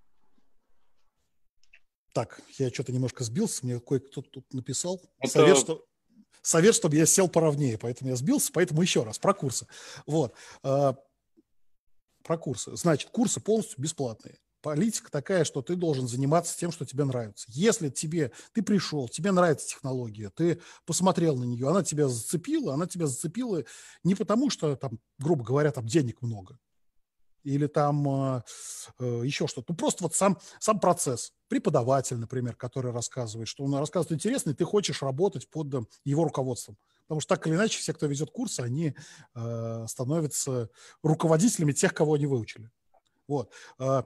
так, я что-то немножко сбился, мне кое-кто тут написал. Это... Совет, что... Совет, чтобы я сел поровнее, поэтому я сбился, поэтому еще раз, про курсы. Вот, про курсы. Значит, курсы полностью бесплатные. Политика такая, что ты должен заниматься тем, что тебе нравится. Если тебе, ты пришел, тебе нравится технология, ты посмотрел на нее, она тебя зацепила, она тебя зацепила не потому, что, там, грубо говоря, там денег много, или там э, э, еще что-то. Ну, просто вот сам, сам процесс. Преподаватель, например, который рассказывает, что он рассказывает интересно, и ты хочешь работать под э, его руководством. Потому что так или иначе все, кто везет курсы, они э, становятся руководителями тех, кого они выучили. Вот. Э,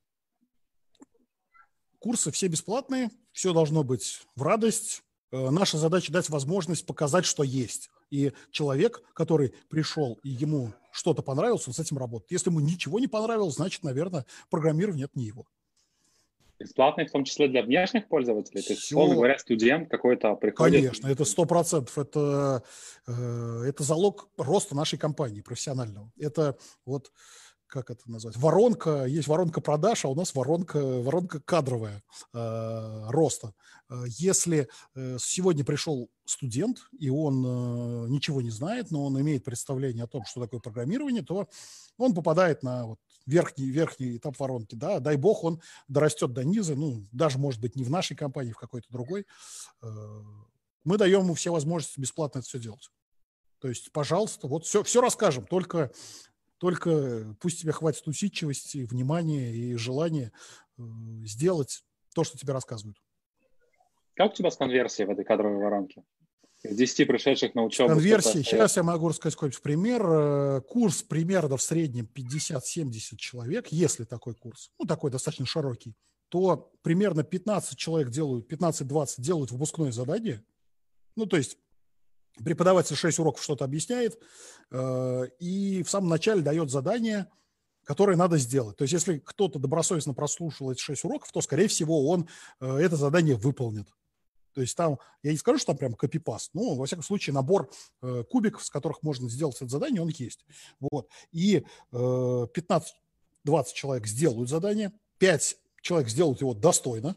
курсы все бесплатные, все должно быть в радость. Э, наша задача дать возможность показать, что есть. И человек, который пришел, и ему что-то понравилось, он с этим работает. Если ему ничего не понравилось, значит, наверное, программирование – это не его. Бесплатный в том числе для внешних пользователей? То есть, условно говоря, студент какой-то приходит… Конечно, это сто процентов. Это, это залог роста нашей компании профессионального. Это вот… как это назвать, воронка, есть воронка продаж, а у нас воронка, воронка кадровая э, роста. Если э, сегодня пришел студент, и он э, ничего не знает, но он имеет представление о том, что такое программирование, то он попадает на вот верхний, верхний этап воронки. Да? Дай бог, он дорастет до низа, ну, даже, может быть, не в нашей компании, в какой-то другой. Э, мы даем ему все возможности бесплатно это все делать. То есть, пожалуйста, вот все, все расскажем, только... Только пусть тебе хватит усидчивости, внимания и желания э, сделать то, что тебе рассказывают. Как у тебя с конверсией в этой кадровой воронке? Из десяти пришедших на учебу. Конверсии. Сейчас я могу рассказать какой-нибудь пример. Курс примерно в среднем пятьдесят-семьдесят человек, если такой курс, ну такой достаточно широкий, то примерно пятнадцать человек делают, пятнадцать-двадцать делают выпускное задание. Ну то есть преподаватель шесть уроков что-то объясняет э, и в самом начале дает задание, которое надо сделать. То есть если кто-то добросовестно прослушал эти шесть уроков, то, скорее всего, он э, это задание выполнит. То есть там, я не скажу, что там прям копипаст, но, во всяком случае, набор э, кубиков, с которых можно сделать это задание, он есть. Вот. И э, пятнадцать-двадцать человек сделают задание, пять человек сделают его достойно,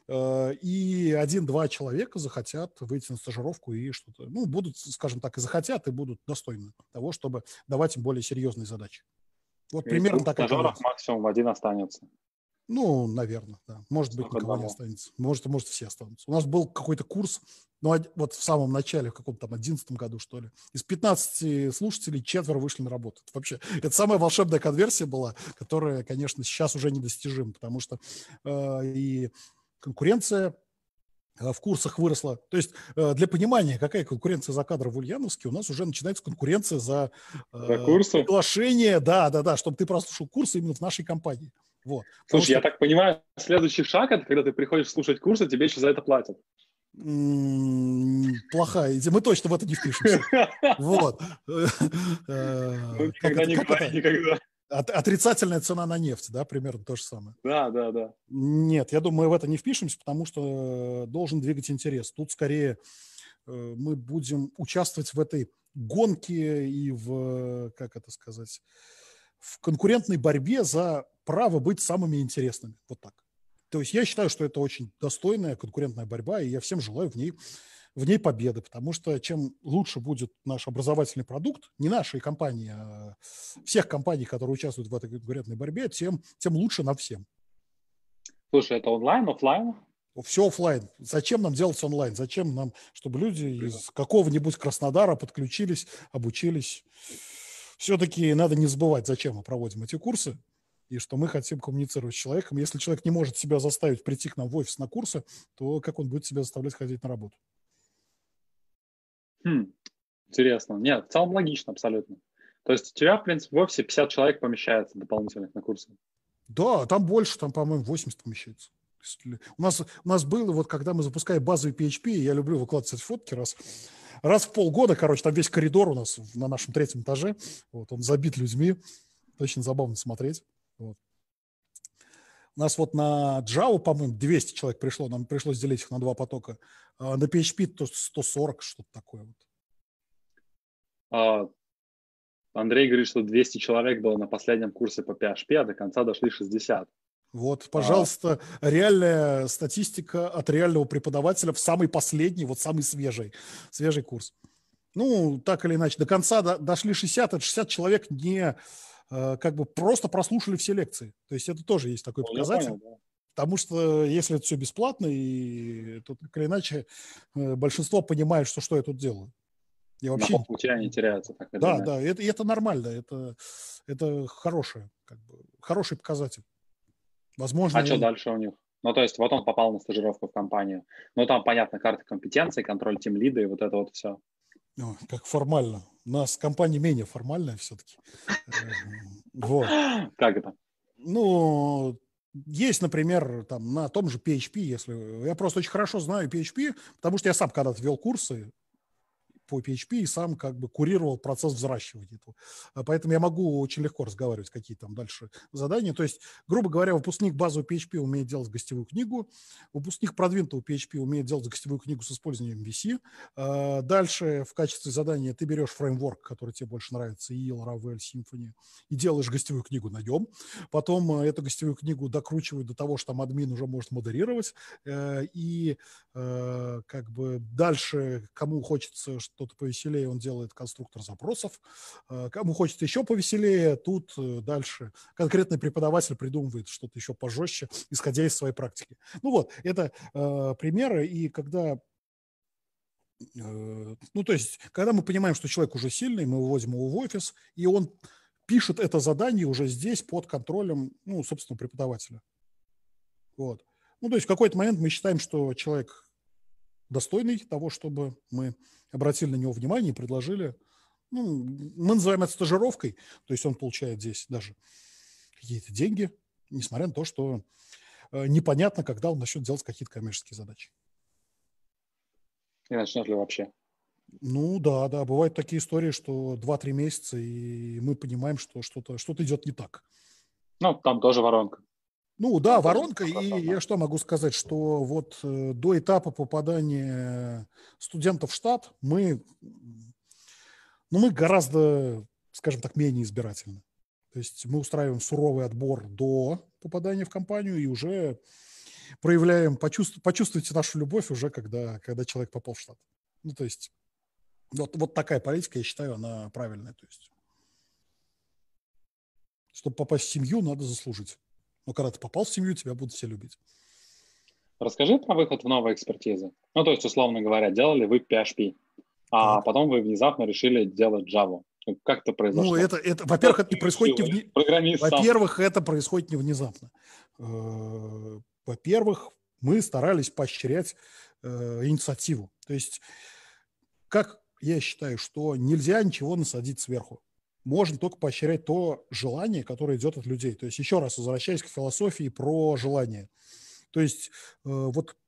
и один-два человека захотят выйти на стажировку и что-то, ну, будут, скажем так, и захотят, и будут достойны того, чтобы давать им более серьезные задачи. Вот и примерно такая стажеров максимум один останется. Ну, наверное, да. Может быть, никого не останется. Может, может, все останутся. У нас был какой-то курс, ну, вот в самом начале, в каком-то там одиннадцатом году, что ли. Из пятнадцати слушателей четверо вышли на работу. Это вообще, это самая волшебная конверсия была, которая, конечно, сейчас уже недостижима, потому что э, и конкуренция в курсах выросла. То есть для понимания, какая конкуренция за кадры в Ульяновске, у нас уже начинается конкуренция за, за курсы? Приглашение, да, да, да, чтобы ты прослушал курсы именно в нашей компании. Вот. Слушай, что... я так понимаю, следующий шаг – это когда ты приходишь слушать курсы, тебе еще за это платят. плохая идея. Мы точно в это не впишемся. Вот. Никогда не говори никогда. Отрицательная цена на нефть, да, примерно то же самое. Да, да, да. Нет, я думаю, мы в это не впишемся, потому что должен двигать интерес. Тут скорее мы будем участвовать в этой гонке и в, как это сказать, в конкурентной борьбе за право быть самыми интересными. Вот так. То есть я считаю, что это очень достойная конкурентная борьба, и я всем желаю в ней в ней победы, потому что чем лучше будет наш образовательный продукт, не нашей компании, а всех компаний, которые участвуют в этой конкурентной борьбе, тем, тем лучше нам всем. Слушай, это онлайн, офлайн? Все офлайн. Зачем нам делать онлайн? Зачем нам, чтобы люди из какого-нибудь Краснодара подключились, обучились? Все-таки надо не забывать, зачем мы проводим эти курсы, и что мы хотим коммуницировать с человеком. Если человек не может себя заставить прийти к нам в офис на курсы, то как он будет себя заставлять ходить на работу? Хм, интересно. Нет, в целом логично абсолютно. То есть у тебя, в принципе, в офисе пятьдесят человек помещается дополнительных на курсы? Да, там больше, там, по-моему, восемьдесят помещается. У нас, у нас было, вот когда мы запускаем базовый пи эйч пи, я люблю выкладывать эти фотки раз, раз в полгода, короче, там весь коридор у нас на нашем третьем этаже, вот, он забит людьми, очень забавно смотреть. Вот. У нас вот на Java, по-моему, двести человек пришло, нам пришлось делить их на два потока, а на пи эйч пи то сто сорок, что-то такое. Вот. А, Андрей говорит, что двести человек было на последнем курсе по пи эйч пи, а до конца дошли шестьдесят. Вот, пожалуйста, а... реальная статистика от реального преподавателя в самый последний, вот самый свежий, свежий курс. Ну, так или иначе, до конца до, дошли шестьдесят, это шестьдесят человек не э, как бы просто прослушали все лекции. То есть это тоже есть такой ну, показатель. Понял, да. Потому что если это все бесплатно, и, то так или иначе э, большинство понимает, что, что я тут делаю. Я вообще... На пути они теряются. Так или да, иначе. да, это, это нормально, это, это хорошее, как бы, хороший показатель. Возможно, а он... что дальше у них? Ну, то есть вот он попал на стажировку в компанию. Ну, там, понятно, карта компетенций, контроль тимлида и вот это вот все. Ну, как формально. У нас компания менее формальная все-таки. Вот. Как это? Ну, есть, например, там на том же пи эйч пи, если... Я просто очень хорошо знаю пи эйч пи, потому что я сам когда-то вел курсы по пи эйч пи и сам как бы курировал процесс взращивания этого. Поэтому я могу очень легко разговаривать, какие там дальше задания. То есть, грубо говоря, выпускник базового пи эйч пи умеет делать гостевую книгу, выпускник продвинутого пи эйч пи умеет делать гостевую книгу с использованием ви си. Дальше в качестве задания ты берешь фреймворк, который тебе больше нравится, и эл, Ravel, Symfony, и делаешь гостевую книгу на нем. Потом эту гостевую книгу докручивают до того, что там админ уже может модерировать. И как бы дальше, кому хочется что-то повеселее, он делает конструктор запросов. Кому хочется еще повеселее, тут дальше конкретный преподаватель придумывает что-то еще пожестче, исходя из своей практики. Ну вот, это э, примеры, и когда э, ну, то есть, когда мы понимаем, что человек уже сильный, мы выводим его в офис, и он пишет это задание уже здесь под контролем, ну, собственно, преподавателя. Вот. Ну, то есть в какой-то момент мы считаем, что человек достойный того, чтобы мы обратили на него внимание и предложили. Ну, мы называем это стажировкой, то есть он получает здесь даже какие-то деньги, несмотря на то, что э, непонятно, когда он начнет делать какие-то коммерческие задачи. И начнет ли вообще? Ну да, да, бывают такие истории, что два-три месяца, и мы понимаем, что что-то, что-то идет не так. Ну, там тоже воронка. Ну да, воронка, и я что могу сказать, что вот э, до этапа попадания студентов в штат мы, ну, мы гораздо, скажем так, менее избирательны. То есть мы устраиваем суровый отбор до попадания в компанию и уже проявляем, почувств, почувствуйте нашу любовь уже, когда, когда человек попал в штат. Ну то есть вот, вот такая политика, я считаю, она правильная. То есть, чтобы попасть в семью, надо заслужить. Но когда ты попал в семью, тебя будут все любить. Расскажи про выход в новые экспертизы. Ну, то есть, условно говоря, делали вы пи эйч пи, а так. потом вы внезапно решили делать Java. Как это произошло? Ну, это, это во-первых, это не происходит не вне... Во-первых, это происходит не внезапно. Во-первых, мы старались поощрять э, инициативу. То есть, как я считаю, что нельзя ничего насадить сверху. Можно только поощрять то желание, которое идет от людей. То есть, еще раз возвращаясь к философии про желание. То есть, э, вот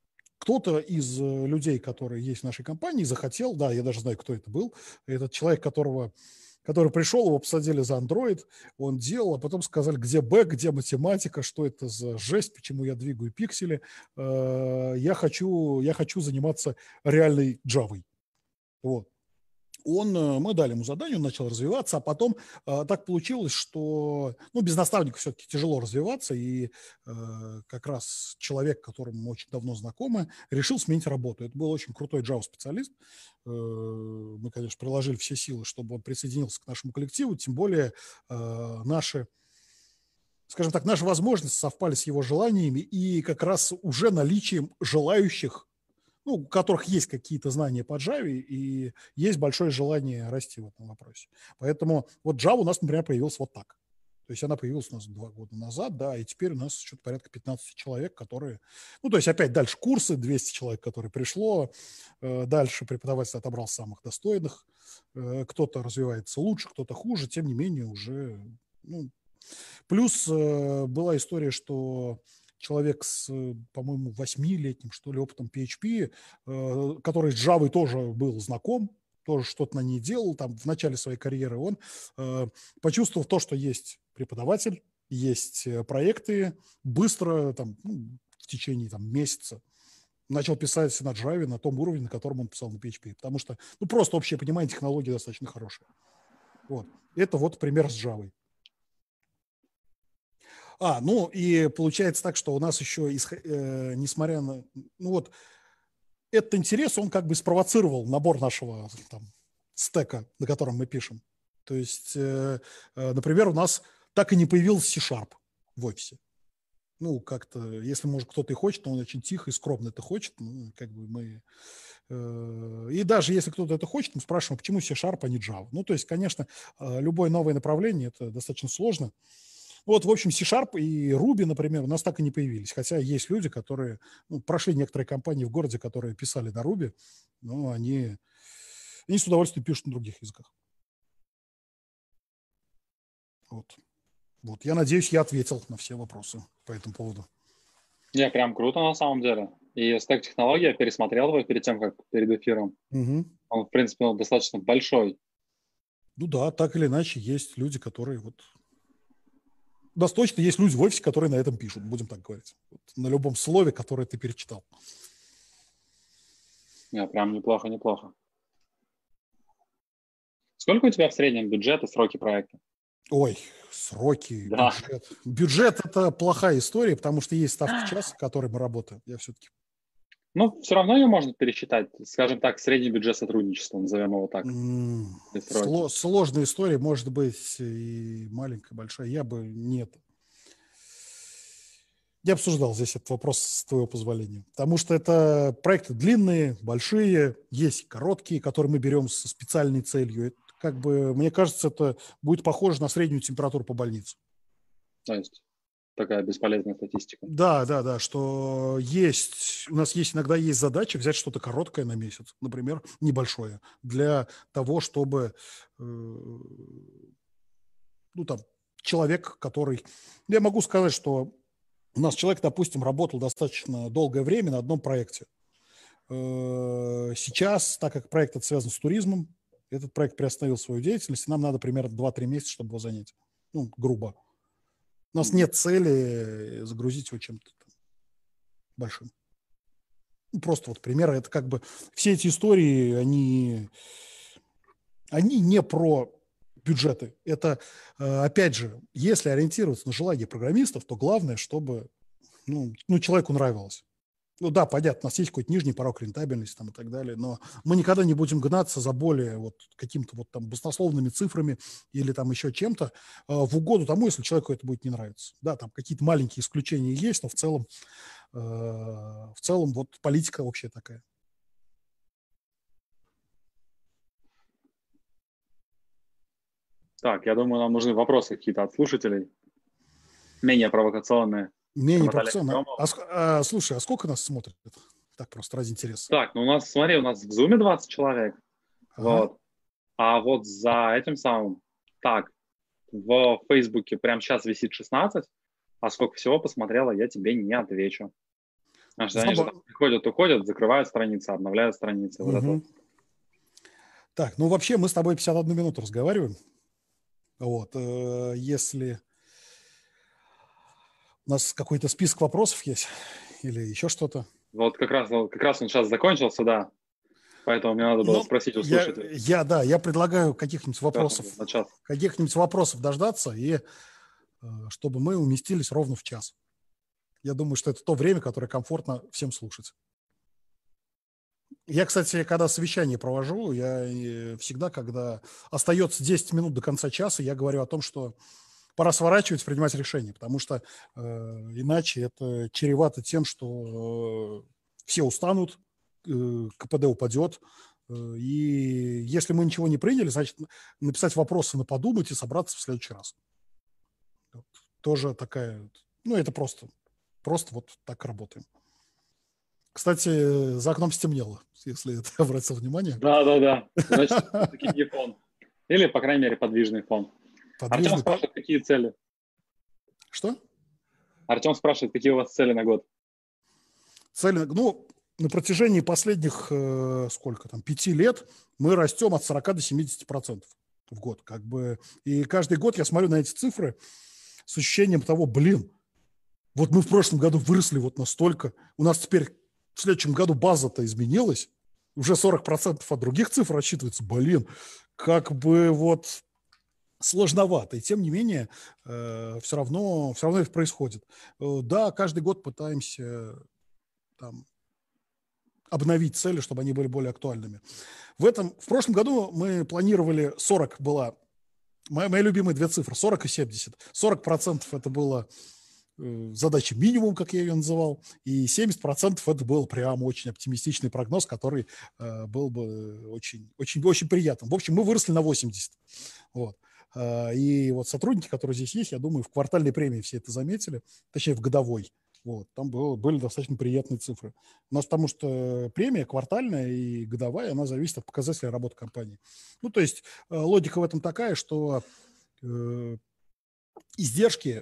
кто-то из людей, которые есть в нашей компании, захотел, да, я даже знаю, кто это был, этот человек, которого, который пришел, его посадили за Android, он делал, а потом сказали, где бэк, где математика, что это за жесть, почему я двигаю пиксели, я хочу, я хочу заниматься реальной Java. Вот. Он, мы дали ему задание, он начал развиваться, а потом э, так получилось, что ну, без наставника все-таки тяжело развиваться, и э, как раз человек, которому мы очень давно знакомы, решил сменить работу. Это был очень крутой Java-специалист. Э, мы, конечно, приложили все силы, чтобы он присоединился к нашему коллективу, тем более э, наши, скажем так, наши возможности совпали с его желаниями и как раз уже наличием желающих, ну, у которых есть какие-то знания по Java, и есть большое желание расти в этом вопросе. Поэтому вот Java у нас, например, появилась вот так. То есть она появилась у нас два года назад, да, и теперь у нас что-то порядка пятнадцать человек, которые... Ну, то есть опять дальше курсы, двести человек, которые пришло, дальше преподаватель отобрал самых достойных, кто-то развивается лучше, кто-то хуже, тем не менее уже... Ну, плюс была история, что... человек с, по-моему, восьмилетним, что ли, опытом пи эйч пи, э, который с Java тоже был знаком, тоже что-то на ней делал, там, в начале своей карьеры, он э, почувствовал то, что есть преподаватель, есть проекты, быстро, там, ну, в течение там, месяца начал писать на Java на том уровне, на котором он писал на пи эйч пи, потому что, ну, просто общее понимание технологии достаточно хорошее. Вот. Это вот пример с Java. А, ну и получается так, что у нас еще, э, несмотря на... Ну вот, этот интерес, он как бы спровоцировал набор нашего там, стека, на котором мы пишем. То есть, э, э, например, у нас так и не появился C-Sharp в офисе. Ну, как-то, если, может, кто-то и хочет, но он очень тихо и скромно это хочет, ну, как бы мы... Э, и даже если кто-то это хочет, мы спрашиваем, почему C-Sharp, а не Java. Ну, то есть, конечно, любое новое направление, это достаточно сложно. Вот, в общем, C-Sharp и Ruby, например, у нас так и не появились. Хотя есть люди, которые... Ну, прошли некоторые компании в городе, которые писали на Ruby, но они, они с удовольствием пишут на других языках. Вот. Вот. Я надеюсь, я ответил на все вопросы по этому поводу. Не, прям круто на самом деле. И стек технологий я пересмотрел его перед тем, как перед эфиром. Угу. Он, в принципе, он достаточно большой. Ну да, так или иначе, есть люди, которые вот... У нас точно есть люди в офисе, которые на этом пишут, будем так говорить. Вот, на любом слове, которое ты перечитал. Не, прям неплохо, неплохо. Сколько у тебя в среднем бюджет и сроки проекта? Ой, сроки, да. бюджет. Бюджет – это плохая история, потому что есть ставка час, в которой мы работаем. Я все-таки... Ну, все равно ее можно пересчитать. Скажем так, средний бюджет сотрудничества, назовем его так. Сло- сложная история, может быть, и маленькая, большая. Я бы нет. Я обсуждал здесь этот вопрос с твоего позволения. Потому что это проекты длинные, большие, есть короткие, которые мы берем со специальной целью. Это, как бы, мне кажется, это будет похоже на среднюю температуру по больнице. То есть такая бесполезная статистика. Да, да, да, что есть, у нас есть иногда есть задача взять что-то короткое на месяц, например, небольшое, для того, чтобы, э, ну, там, человек, который... Я могу сказать, что у нас человек, допустим, работал достаточно долгое время на одном проекте. Сейчас, так как проект этот связан с туризмом, этот проект приостановил свою деятельность, и нам надо примерно два-три месяца, чтобы его занять. Ну, грубо. У нас нет цели загрузить его чем-то большим. Ну, просто вот примеры. Это как бы все эти истории, они, они не про бюджеты. Это, опять же, если ориентироваться на желание программистов, то главное, чтобы ну, ну, человеку нравилось. Ну да, понятно, у нас есть какой-то нижний порог рентабельности там, и так далее, но мы никогда не будем гнаться за более вот какими-то вот там баснословными цифрами или там еще чем-то э, в угоду тому, если человеку это будет не нравиться. Да, там какие-то маленькие исключения есть, но в целом, э, в целом вот политика общая такая. Так, я думаю, нам нужны вопросы какие-то от слушателей, менее провокационные. Менее провокационно. А, а, слушай, а сколько нас смотрит? Так просто ради интереса. Так, ну у нас, смотри, у нас в Zoom двадцать человек. Ага. Вот. А вот за этим самым... Так, в Фейсбуке прямо сейчас висит шестнадцать, а сколько всего посмотрела, я тебе не отвечу. А что они же там приходят, уходят, закрывают страницы, обновляют страницы. Вот Угу. это. Так, ну вообще мы с тобой пятьдесят одну минуту разговариваем. Вот, э, если у нас какой-то список вопросов есть или еще что-то. Вот как раз, как раз он сейчас закончился, да. Поэтому мне надо было Но спросить у я, слушателей. я, да, я предлагаю каких-нибудь вопросов, На час. каких-нибудь вопросов дождаться, и э, чтобы мы уместились ровно в час. Я думаю, что это то время, которое комфортно всем слушать. Я, кстати, когда совещание провожу, я всегда, когда остается десять минут до конца часа, я говорю о том, что пора сворачивать, принимать решение, потому что э, иначе это чревато тем, что э, все устанут, э, КПД упадет, э, и если мы ничего не приняли, значит, написать вопросы на подумать и собраться в следующий раз. Вот. Тоже такая, ну, это просто, просто вот так работаем. Кстати, за окном стемнело, если ты обратил внимание. Да-да-да, значит, все-таки не фон. Или, по крайней мере, подвижный фон. Подвижный Артем спрашивает, какие цели? Что? Артем спрашивает, какие у вас цели на год? Цели, ну, на протяжении последних, э, сколько там, пяти лет мы растем от сорока до семидесяти процентов в год. Как бы, и каждый год я смотрю на эти цифры с ощущением того, блин, вот мы в прошлом году выросли вот настолько, у нас теперь в следующем году база-то изменилась, уже сорок процентов от других цифр рассчитывается, блин, как бы вот сложновато. И тем не менее, э, все равно, все равно это происходит. Э, да, каждый год пытаемся там обновить цели, чтобы они были более актуальными. В этом, в прошлом году мы планировали сорок была, мои, мои любимые две цифры, сорок и семьдесят. сорок процентов это было э, задача минимум, как я ее называл, и семьдесят процентов это был прям очень оптимистичный прогноз, который э, был бы очень, очень, очень приятным. В общем, мы выросли на восемьдесят. Вот. Э, и вот сотрудники, которые здесь есть, я думаю, в квартальной премии все это заметили, точнее в годовой. Вот, там было, были достаточно приятные цифры. У нас потому что премия квартальная и годовая, она зависит от показателей работы компании. Ну, то есть э, логика в этом такая, что э, издержки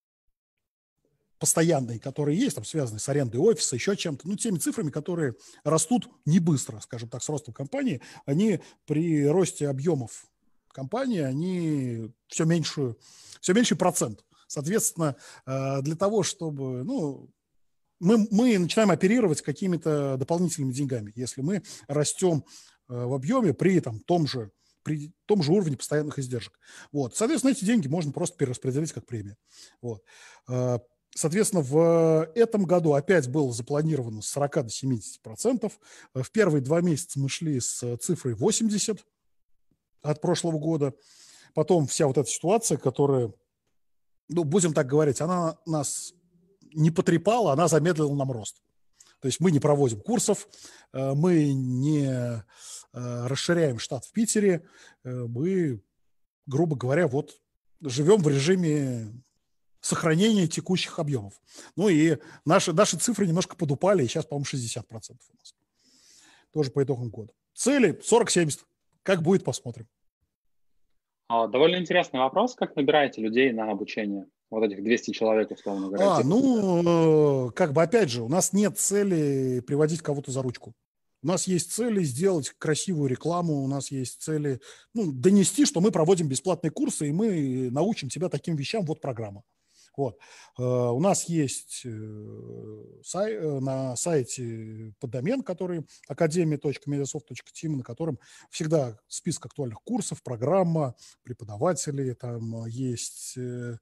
постоянные, которые есть, там связанные с арендой офиса, еще чем-то, ну, теми цифрами, которые растут не быстро, скажем так, с ростом компании, они при росте объемов компании, они все меньшую, все меньший процент. Соответственно, для того, чтобы, ну, мы, мы начинаем оперировать какими-то дополнительными деньгами, если мы растем в объеме при там, том же, при том же уровне постоянных издержек. Вот. Соответственно, эти деньги можно просто перераспределить как премия. Вот. Соответственно, в этом году опять было запланировано с сорока до семидесяти процентов. В первые два месяца мы шли с цифрой восемьдесят от прошлого года. Потом вся вот эта ситуация, которая, ну, будем так говорить, она нас не потрепала, она замедлила нам рост. То есть мы не проводим курсов, мы не расширяем штат в Питере, мы, грубо говоря, вот живем в режиме сохранения текущих объемов. Ну и наши, наши цифры немножко подупали, и сейчас, по-моему, шестьдесят процентов у нас. Тоже по итогам года. Цели сорок-семьдесят. Как будет, посмотрим. Довольно интересный вопрос. Как набираете людей на обучение? Вот этих двести человек, условно говоря. А, ну, как бы, опять же, у нас нет цели приводить кого-то за ручку. У нас есть цели сделать красивую рекламу, у нас есть цели, ну, донести, что мы проводим бесплатные курсы, и мы научим тебя таким вещам, вот программа. Вот. У нас есть сай, на сайте поддомен, который академия точка медиасофт точка тим, на котором всегда список актуальных курсов, программа, преподаватели, там есть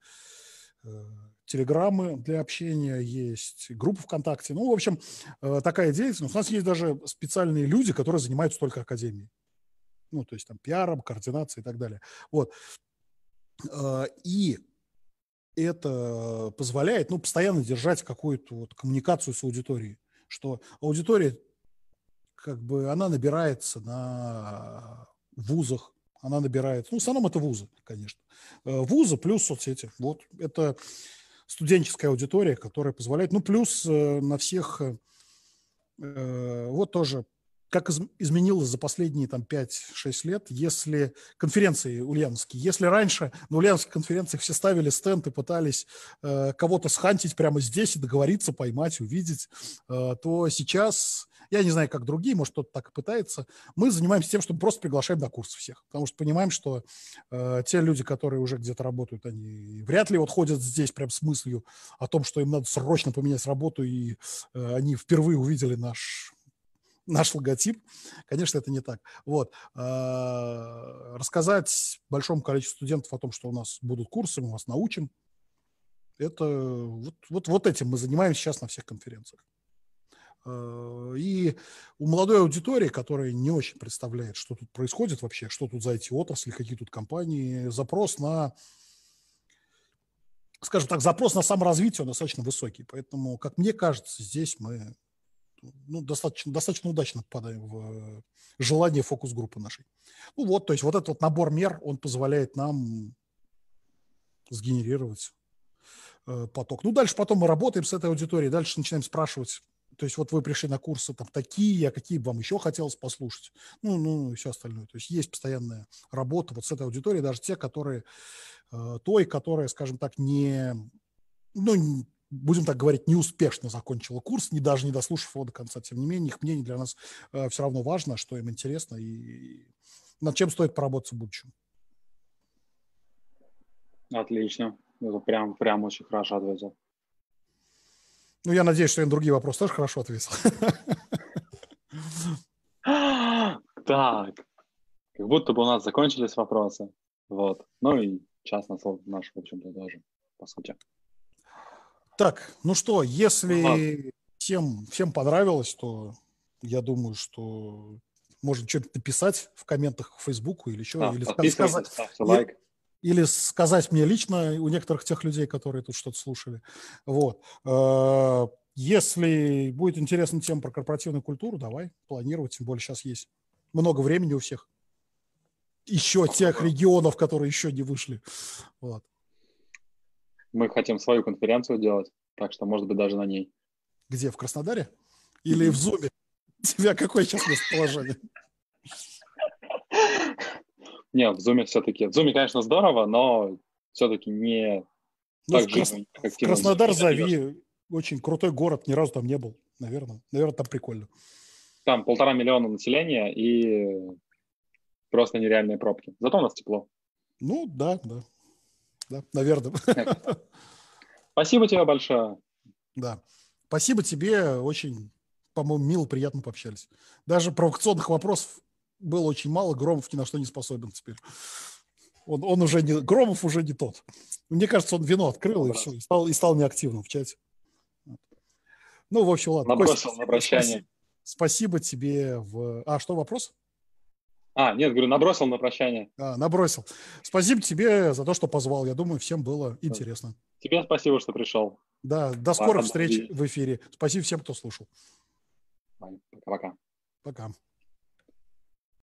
телеграммы для общения, есть группа ВКонтакте. Ну, в общем, такая деятельность. У нас есть даже специальные люди, которые занимаются только академией. Ну, то есть там пиаром, координацией и так далее. Вот. И это позволяет, ну, постоянно держать какую-то вот коммуникацию с аудиторией, что аудитория, как бы, она набирается на вузах, она набирается, ну, в основном это вузы, конечно. Вузы плюс соцсети. Вот это студенческая аудитория, которая позволяет, ну, плюс на всех, вот тоже как из, изменилось за последние там пять-шесть лет, если конференции ульяновские, если раньше на ульяновских конференциях все ставили стенд и пытались э, кого-то схантить прямо здесь и договориться, поймать, увидеть, э, то сейчас, я не знаю, как другие, может, кто-то так и пытается, мы занимаемся тем, что просто приглашаем на курс всех, потому что понимаем, что э, те люди, которые уже где-то работают, они вряд ли вот ходят здесь прям с мыслью о том, что им надо срочно поменять работу, и э, они впервые увидели наш... наш логотип. Конечно, это не так. Вот. Рассказать большому количеству студентов о том, что у нас будут курсы, мы вас научим. Это вот, вот, вот этим мы занимаемся сейчас на всех конференциях. И у молодой аудитории, которая не очень представляет, что тут происходит вообще, что тут за эти отрасли, какие тут компании, запрос на, скажем так, запрос на саморазвитие, он достаточно высокий. Поэтому, как мне кажется, здесь мы ну, достаточно, достаточно удачно попадаем в желание фокус-группы нашей. Ну вот, то есть вот этот вот набор мер, он позволяет нам сгенерировать э, поток. Ну, дальше потом мы работаем с этой аудиторией, дальше начинаем спрашивать, то есть вот вы пришли на курсы там такие, а какие бы вам еще хотелось послушать, ну, ну и все остальное. То есть есть постоянная работа вот с этой аудиторией, даже те, которые, э, той, которая, скажем так, не, ну, будем так говорить, неуспешно закончила курс, не, даже не дослушав его до конца. Тем не менее, их мнение для нас э, все равно важно, что им интересно и, и над чем стоит поработать в будущем. Отлично. Это прям, прям очень хорошо ответил. Ну, я надеюсь, что я на другие вопросы тоже хорошо ответил. Так, как будто бы у нас закончились вопросы. Вот. Ну и час наш, в общем-то, тоже, по сути. Так, ну что, если всем, всем понравилось, то я думаю, что можно что-нибудь написать в комментах к Фейсбуку или еще, да, или сказать, ставьте лайк. Или сказать мне лично у некоторых тех людей, которые тут что-то слушали. Вот. Если будет интересна тема про корпоративную культуру, давай планировать, тем более сейчас есть много времени у всех. Еще тех регионов, которые еще не вышли. Вот. Мы хотим свою конференцию делать, так что, может быть, даже на ней. Где, в Краснодаре? Или mm-hmm. в Зуме? У тебя какое сейчас местоположение? Не, в Зуме все-таки. В Зуме, конечно, здорово, но все-таки не ну, так же активно. В Краснодар зови. Очень крутой город, ни разу там не был. Наверное, наверное, там прикольно. Там полтора миллиона населения и просто нереальные пробки. Зато у нас тепло. Ну, да, да. Да, наверное. Спасибо тебе большое. Да. Спасибо тебе. Очень, по-моему, мило, приятно пообщались. Даже провокационных вопросов было очень мало. Громов ни на что не способен теперь. Он, он уже не... Громов уже не тот. Мне кажется, он вино открыл и все. И стал, и стал неактивным в чате. Ну, в общем, ладно. Набросил Костя, на прощание. Спасибо, спасибо тебе. В... А, что, вопрос? А, нет, говорю, набросил на прощание. А, набросил. Спасибо тебе за то, что позвал. Я думаю, всем было интересно. Тебе спасибо, что пришел. Да, до скорых встреч в эфире. Спасибо всем, кто слушал. Пока-пока. Пока.